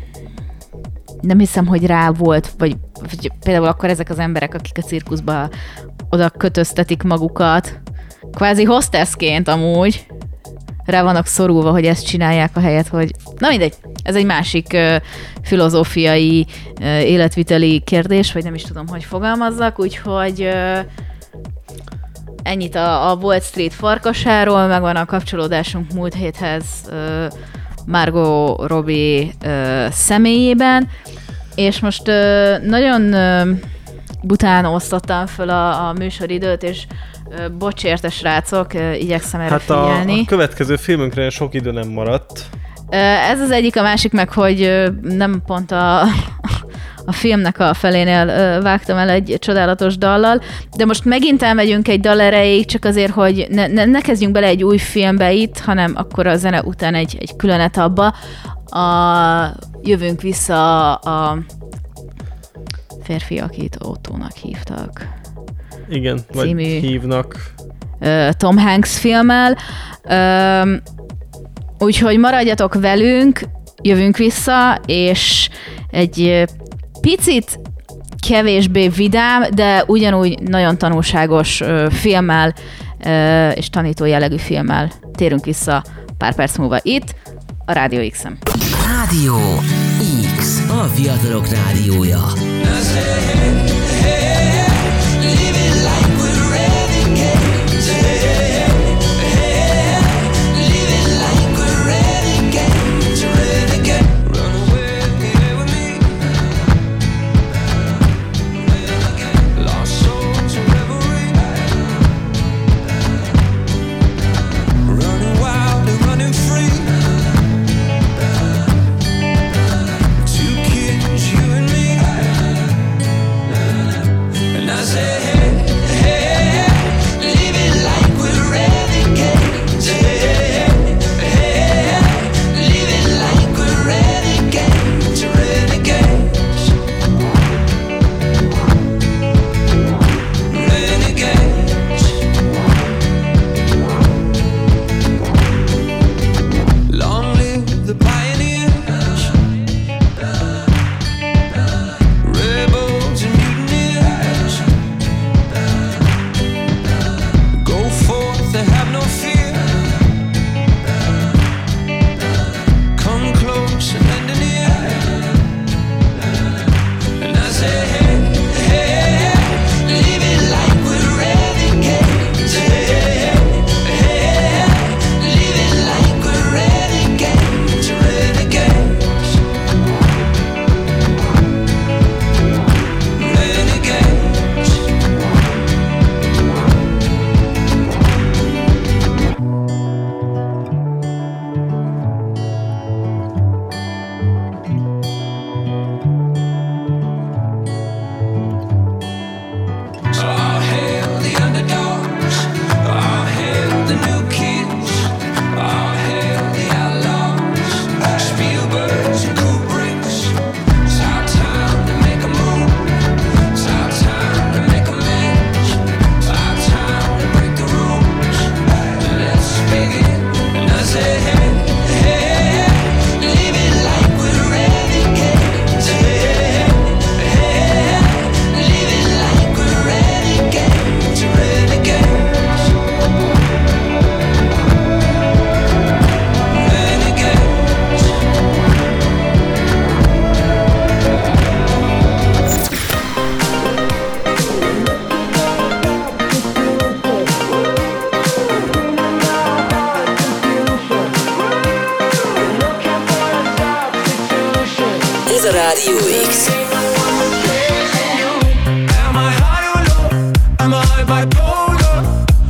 nem hiszem, hogy rá volt, vagy, vagy például akkor ezek az emberek, akik a cirkuszba oda kötöztetik magukat, kvázi hostessként amúgy rá vannak szorulva, hogy ezt csinálják a helyet, hogy na mindegy, ez egy másik uh, filozófiai, uh, életviteli kérdés, vagy nem is tudom, hogy fogalmazzak, úgyhogy uh, ennyit a, a Wall Street farkasáról, megvan a kapcsolódásunk múlt héthez uh, Margot Robbie uh, személyében, és most uh, nagyon uh, bután osztottam föl a, a műsoridőt, és uh, bocs érte srácok, uh, igyekszem erre hát figyelni. A, a következő filmünkre sok idő nem maradt. Uh, ez az egyik, a másik meg, hogy uh, nem pont a, a filmnek a felénél uh, vágtam el egy csodálatos dallal, de most megint elmegyünk egy dal erejéig, csak azért, hogy ne, ne, ne kezdjünk bele egy új filmbe itt, hanem akkor a zene után egy, egy különet abba. A, jövünk vissza a, a férfi, akit Ottónak hívtak. Igen, vagy hívnak. Uh, Tom Hanks filmmel. Uh, úgyhogy maradjatok velünk, jövünk vissza, és egy picit kevésbé vidám, de ugyanúgy nagyon tanulságos uh, filmmel uh, és tanító jellegű filmmel térünk vissza pár perc múlva itt, a Rádió X-en. Rádió X, a fiatalok rádiója.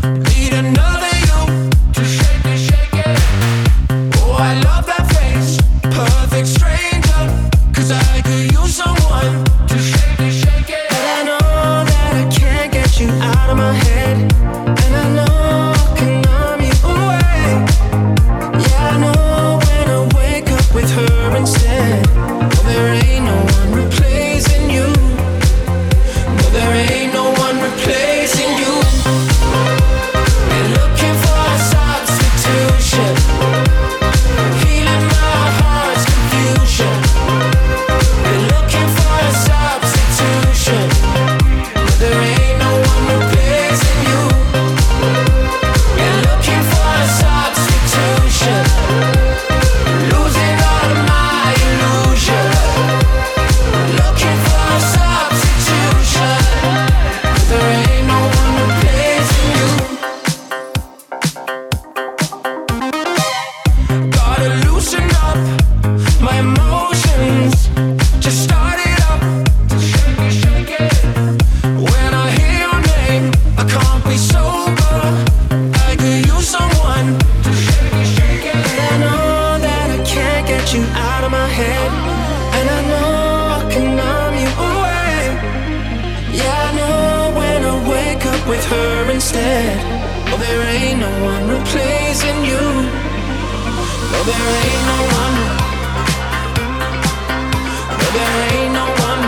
Another you to shake it, shake it. Oh, I love that face. instead. Oh, there ain't no one replacing you. No, there ain't no one. No, there ain't no one.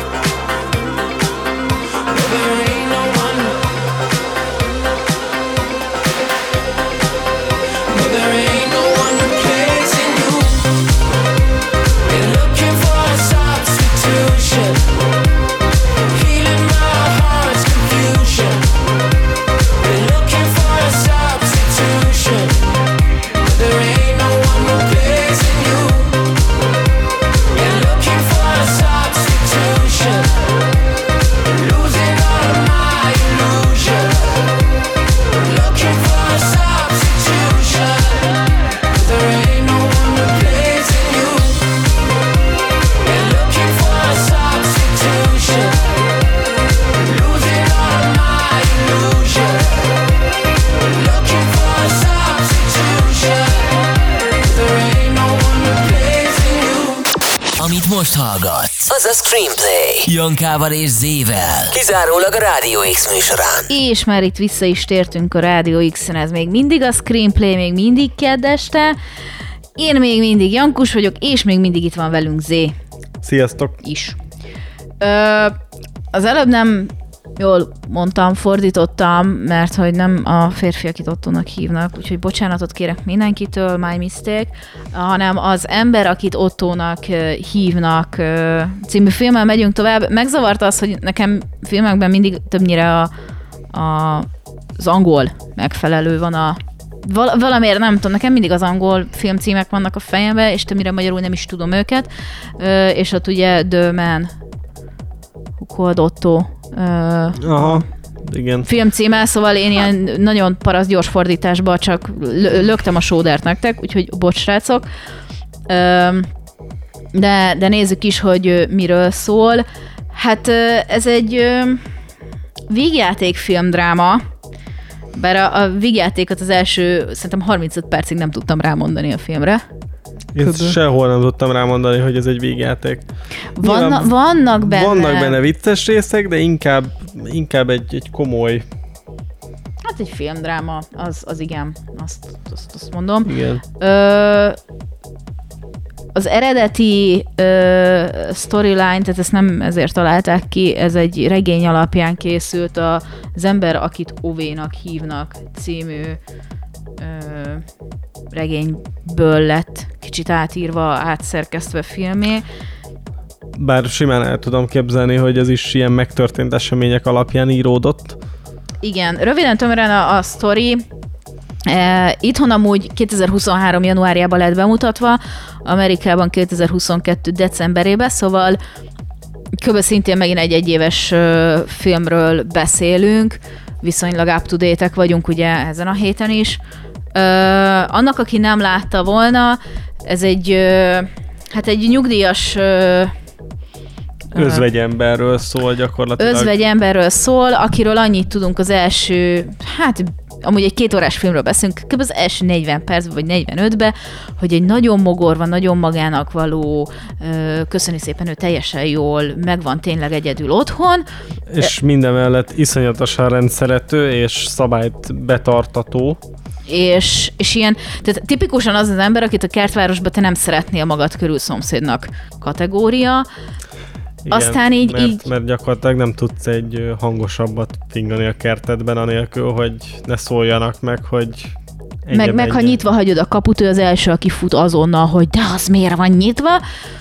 No, there ain't no one. No, there ain't no one replacing you. Been looking for a substitution, healing my heart's confusion. Been looking for a substitution. There ain't no one replacing you. Been looking for a substitution, losing all of my illusion. Looking for a substitution. There ain't no one replacing you. Been looking for a substitution, losing all of my illusion. Looking for a substitution. There ain't no one replacing you. Amit most hallgatsz, az a Screenplay Jankával és Zével. Kizárólag a Rádió X műsorán. És már itt vissza is tértünk a Rádió X-en, ez még mindig a Screenplay, még mindig kedd este. Én még mindig Jankus vagyok, és még mindig itt van velünk Zé Sziasztok! is. Ö, az előbb nem jól mondtam, fordítottam, mert hogy nem a férfi, akit Ottónak hívnak, úgyhogy bocsánatot kérek mindenkitől, my mistake, hanem az ember, akit Ottónak ö, hívnak ö, című filmmel megyünk tovább. Megzavarta az, hogy nekem filmekben mindig többnyire a, a, az angol megfelelő van a Val- valamiért nem tudom, nekem mindig az angol filmcímek vannak a fejembe, és többnyire magyarul nem is tudom őket, ö, és ott ugye The Man Who Called Otto ö, Aha, igen. filmcíme, szóval én ilyen nagyon paraszt gyors fordításba csak lö- löktem a sódert nektek, úgyhogy bocs, srácok. Ö, de, de nézzük is, hogy ö, miről szól. Hát ö, ez egy ö, vígjáték filmdráma, bár a, a vígjátékot az első, szerintem harmincöt percig nem tudtam rámondani a filmre. Én Köbö. sehol nem tudtam rámondani, hogy ez egy vígjáték. Vanna, Nyilván vannak benne... Vannak benne vicces részek, de inkább, inkább egy, egy komoly... Hát egy filmdráma, az, az igen, azt, azt, azt mondom. Igen. Ö, az eredeti ö, storyline, tehát ezt nem ezért találták ki, ez egy regény alapján készült, a, az ember, akit Ovénak hívnak című ö, regényből lett kicsit átírva, átszerkesztve filmé. Bár simán el tudom képzelni, hogy ez is ilyen megtörtént események alapján íródott. Igen, röviden tömören a, a sztori. E, itthon amúgy kétezer-huszonhárom januárjában lett bemutatva, Amerikában kétezer-huszonkettő decemberében, szóval kb. Szintén megint egy egyéves ö, filmről beszélünk, viszonylag up-to-date-ek vagyunk ugye ezen a héten is. Ö, annak, aki nem látta volna, ez egy, ö, hát egy nyugdíjas ö, Özvegyemberről szól gyakorlatilag. Özvegyemberről szól, akiről annyit tudunk az első, hát amúgy egy két órás filmről beszélünk, kb. Az első negyven percben vagy negyvenötben, hogy egy nagyon mogorva, nagyon magának való, köszöni szépen, ő teljesen jól megvan tényleg egyedül otthon. És mindemellett iszonyatosan rendszerető és szabályt betartató. És, és ilyen, tehát tipikusan az az ember, akit a kertvárosban te nem szeretnél magad körül szomszédnak kategória. Igen, Aztán így, mert, így... mert gyakorlatilag nem tudsz egy hangosabbat fingani a kertedben anélkül, hogy ne szóljanak meg, hogy meg, meg ha nyitva hagyod a kaput, ő az első, aki fut azonnal, hogy de az miért van nyitva.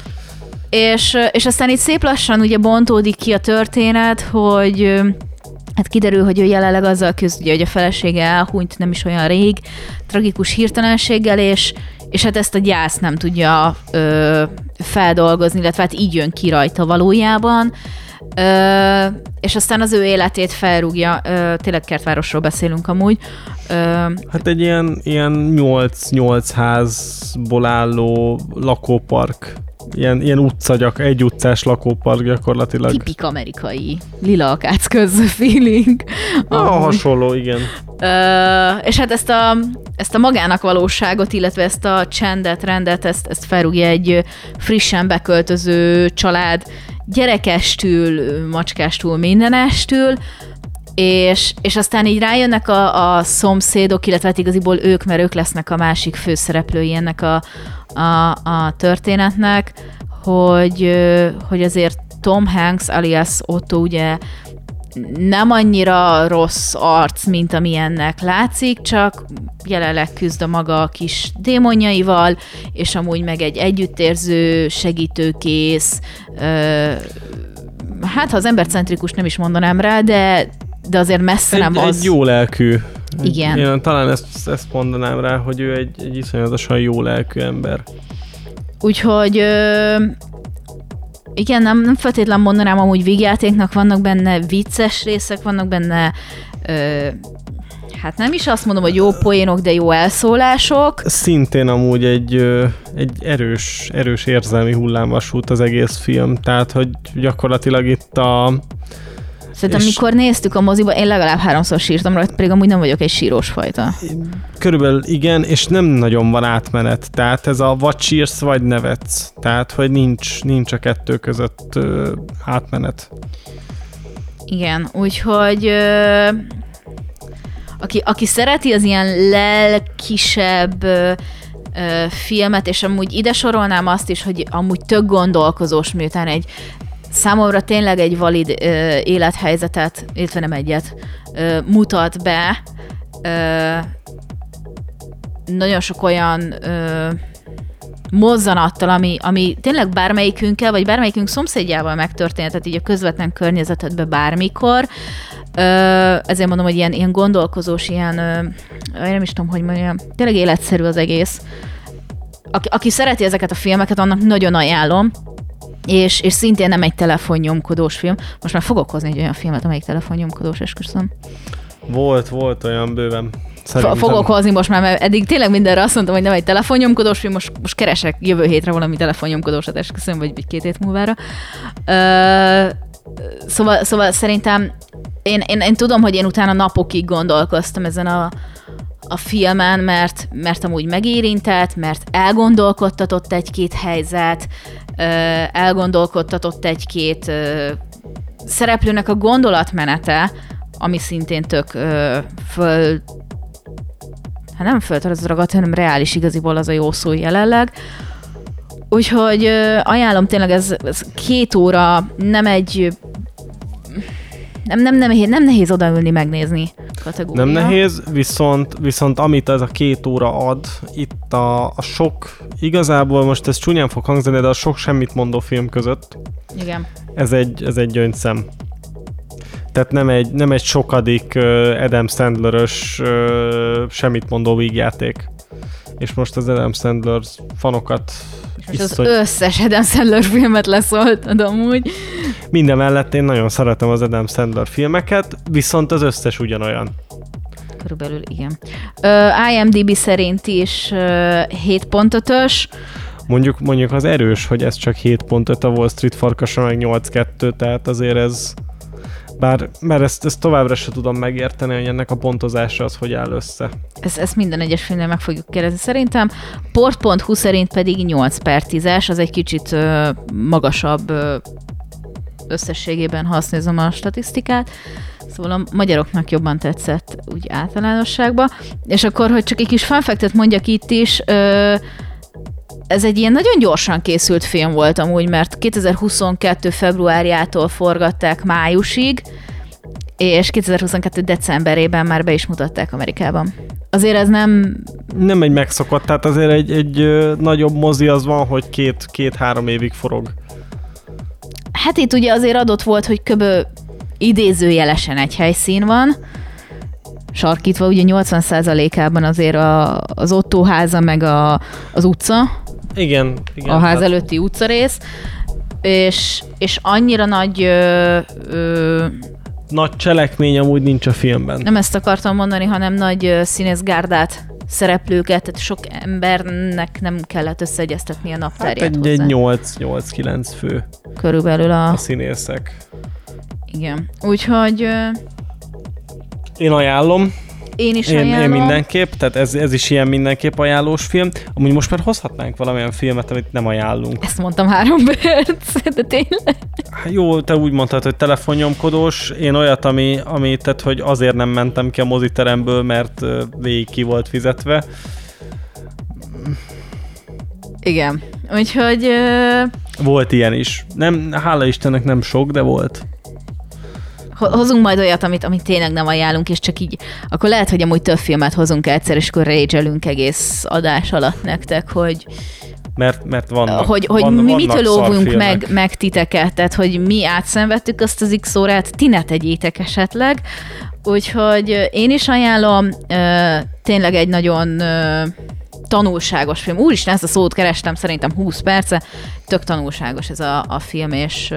És, és aztán itt szép lassan ugye bontódik ki a történet, hogy hát kiderül, hogy ő jelenleg azzal küzd, hogy a felesége elhunyt nem is olyan rég, tragikus hirtelenséggel, és, és hát ezt a gyászt nem tudja ö, feldolgozni, illetve hát így jön ki rajta valójában. Ö, és aztán az ő életét felrúgja, ö, tényleg kertvárosról beszélünk amúgy. Ö, hát egy ilyen, ilyen nyolc házból álló lakópark. Ilyen, ilyen utca, gyak, egy utcás lakópark gyakorlatilag. Tipik amerikai lila akácköz feeling. Ah, hasonló, igen. Ö, és hát ezt a, ezt a magának valóságot, illetve ezt a csendet, rendet, ezt, ezt felrúgja egy frissen beköltöző család, gyerekestül, macskástól, mindenestül. és, és aztán így rájönnek a, a szomszédok, illetve hát igaziból ők, mert ők lesznek a másik főszereplői ennek a, a, a történetnek, hogy, hogy azért Tom Hanks alias Otto ugye nem annyira rossz arc, mint amilyennek látszik, csak jelenleg küzd a maga kis démonjaival, és amúgy meg egy együttérző, segítőkész, hát ha az embercentrikus nem is mondanám rá, de, de azért messze egy, nem az. Egy jó lelkű. Igen. Én talán ezt, ezt mondanám rá, hogy ő egy, egy iszonyatosan jó lelkű ember. Úgyhogy igen, nem, nem feltétlenül mondanám, amúgy vígjátéknak vannak benne vicces részek, vannak benne ö, hát nem is azt mondom, hogy jó poénok, de jó elszólások. Szintén amúgy egy, egy erős, erős érzelmi hullámvasút az egész film, tehát hogy gyakorlatilag itt a... Szerintem, mikor néztük a moziba, én legalább háromszor sírtam rajta, pedig amúgy nem vagyok egy sírós fajta. Körülbelül igen, és nem nagyon van átmenet, tehát ez a vagy sírsz, vagy nevetsz, tehát hogy nincs, nincs a kettő között ö, átmenet. Igen, úgyhogy ö, aki, aki szereti az ilyen lelkisebb ö, ö, filmet, és amúgy ide sorolnám azt is, hogy amúgy tök gondolkozós, miután egy számomra tényleg egy valid ö, élethelyzetet, illetve nem egyet, ö, mutat be. Ö, nagyon sok olyan ö, mozzanattal, ami, ami tényleg bármelyikünkkel, vagy bármelyikünk szomszédjával megtörténhetett így a közvetlen környezetedben bármikor. Ö, ezért mondom, hogy ilyen, ilyen gondolkozós, ilyen, ö, nem is tudom, hogy mondjam, tényleg életszerű az egész. Aki, aki szereti ezeket a filmeket, annak nagyon ajánlom. És, és szintén nem egy telefonnyomkodós film. Most már fogok hozni egy olyan filmet, amelyik telefonnyomkodós, esküszöm. Volt, volt olyan bőven. Szerintem. Fogok hozni most már, mert eddig tényleg mindenre azt mondtam, hogy nem egy telefonnyomkodós film, most, most keresek jövő hétre valami telefonnyomkodósat, esküszöm, vagy két hét múlvára. Ö, szóval, szóval szerintem én, én, én tudom, hogy én utána napokig gondolkoztam ezen a, a filmen, mert, mert amúgy megérintett, mert elgondolkodtatott egy-két helyzet, elgondolkodtatott egy-két szereplőnek a gondolatmenete, ami szintén tök föl, hát nem föltöröz ragadt, hanem reális igaziból az a jó szó jelenleg. Úgyhogy ajánlom tényleg, ez, ez két óra, nem egy nem, nem, nem, nem nehéz odaülni, megnézni kategória. Nem nehéz, viszont, viszont amit ez a két óra ad, itt a, a sok, igazából most ez csúnyán fog hangzani, de a sok semmit mondó film között. Igen. Ez egy, ez egy gyöngyszem. Tehát nem egy, nem egy sokadik uh, Adam Sandler-ös uh, semmit mondó vígjáték. És most az Adam Sandler fanokat és az összes Adam Sandler filmet leszóltad amúgy. Minden mellett én nagyon szeretem az Adam Sandler filmeket, viszont az összes ugyanolyan. Körülbelül igen. Uh, IMDb szerint is uh, hét pont ötös. Mondjuk, mondjuk az erős, hogy ez csak hét pont öt, a Wall Street Farkasa meg nyolc kettő, tehát azért ez... Bár, mert ezt, ezt továbbra se tudom megérteni, hogy ennek a pontozása az hogy áll össze. Ezt, ezt minden egyes filmnél meg fogjuk kérdezni szerintem. port pont hu szerint pedig nyolc per tízes, az egy kicsit ö, magasabb ö, összességében, ha azt nézem a statisztikát. Szóval a magyaroknak jobban tetszett úgy általánosságban. És akkor, hogy csak egy kis funfactet mondjak itt is, ö, ez egy ilyen nagyon gyorsan készült film volt amúgy, mert kétezer-huszonkettő februárjától forgatták májusig, és kétezer-huszonkettő decemberében már be is mutatták Amerikában. Azért ez nem... Nem egy megszokott, tehát azért egy, egy ö, nagyobb mozi az van, hogy két, két-három évig forog. Hát itt ugye azért adott volt, hogy köbö idézőjelesen egy helyszín van, sarkítva, ugye nyolcvan százalékában azért a, az Otto háza meg a, az utca. Igen, igen. A ház előtti utcarész, és, és annyira nagy... Ö, ö, nagy cselekmény amúgy nincs a filmben. Nem ezt akartam mondani, hanem nagy színészgárdát, szereplőket, tehát sok embernek nem kellett összeegyeztetni a naptárját hát egy, egy nyolc-kilenc fő. Körülbelül a... a színészek. Igen. Úgyhogy... Ö... Én ajánlom. én is én, ajánlom. Én mindenképp, tehát ez, ez is ilyen mindenképp ajánlós film. Amúgy most már hozhatnánk valamilyen filmet, amit nem ajánlunk. Ezt mondtam három perc, de tényleg. Hát jó, te úgy mondtad, hogy telefonnyomkodós. Én olyat, ami, ami tehát, hogy azért nem mentem ki a moziteremből, mert végig ki volt fizetve. Igen. Úgyhogy... Uh... Volt ilyen is. Nem, hála Istennek nem sok, de volt. Hozunk majd olyat, amit, amit tényleg nem ajánlunk, és csak így, akkor lehet, hogy amúgy több filmet hozunk egyszer, és akkor rage-elünk egész adás alatt nektek, hogy mert, mert vannak, hogy, hogy van, mi mitől óvunk meg, meg titeket, tehát hogy mi átszenvedtük azt az X órát, ti ne tegyétek esetleg. Úgyhogy én is ajánlom, tényleg egy nagyon tanulságos film. Úristen, ezt a szót kerestem szerintem húsz perce, tök tanulságos ez a, a film, és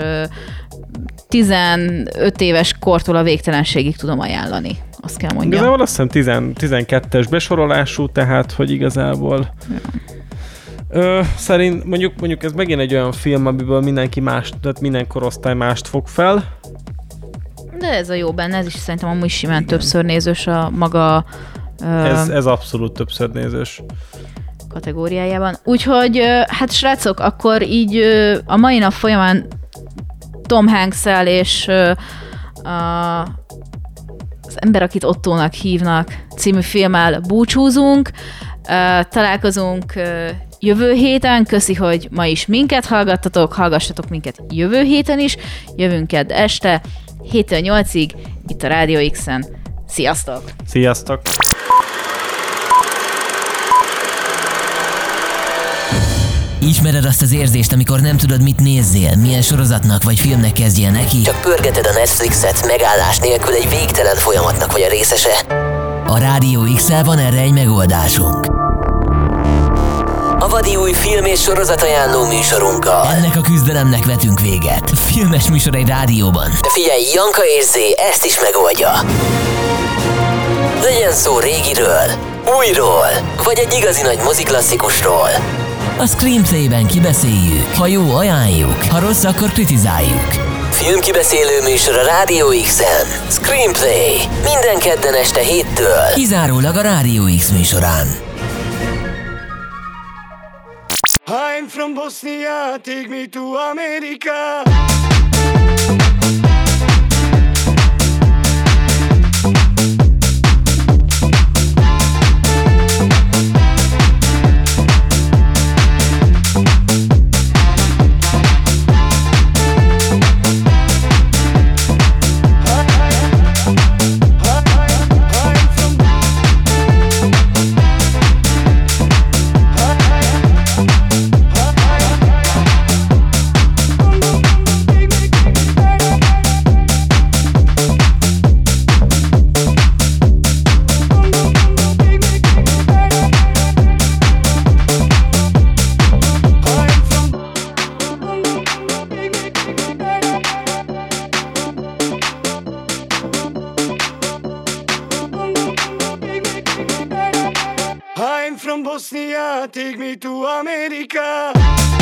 tizenöt éves kortól a végtelenségig tudom ajánlani, azt kell mondjam. Igazából azt hiszem tíz, tizenkettes besorolású, tehát, hogy igazából ja. Ö, szerint mondjuk, mondjuk ez megint egy olyan film, amiből mindenki más, tehát minden korosztály mást fog fel. De ez a jó benne, ez is szerintem amúgy simán többször nézős a maga Ez, ez abszolút többször nézős kategóriájában. Úgyhogy, hát srácok, akkor így a mai nap folyamán Tom Hanks-el és a, az ember, akit Ottónak hívnak című filmmel búcsúzunk. Találkozunk jövő héten. Köszi, hogy ma is minket hallgattatok, hallgassatok minket jövő héten is. Jövünk kedd este, héttől nyolcig itt a Rádió X-en. Sziasztok! Sziasztok! Ismered azt az érzést, amikor nem tudod, mit nézzél, milyen sorozatnak vagy filmnek kezdjél neki? Csak pörgeted a Netflixet, megállás nélkül egy végtelen folyamatnak vagy a részese. A Rádió X-el van erre egy megoldásunk. A vadi új film és sorozat ajánló műsorunkkal. Ennek a küzdelemnek vetünk véget. Filmes műsor egy rádióban. De figyelj, Janka és Zé ezt is megoldja. Legyen szó régiről, újról, vagy egy igazi nagy moziklasszikusról. A Screenplay-ben kibeszéljük, ha jó, ajánljuk, ha rossz, akkor kritizáljuk. Filmkibeszélő műsor a Rádió X-en. Screenplay. Minden kedden este héttől. Kizárólag a Rádió X műsorán. I'm from Bosnia, take me to America. I'm from Bosnia, take me to America.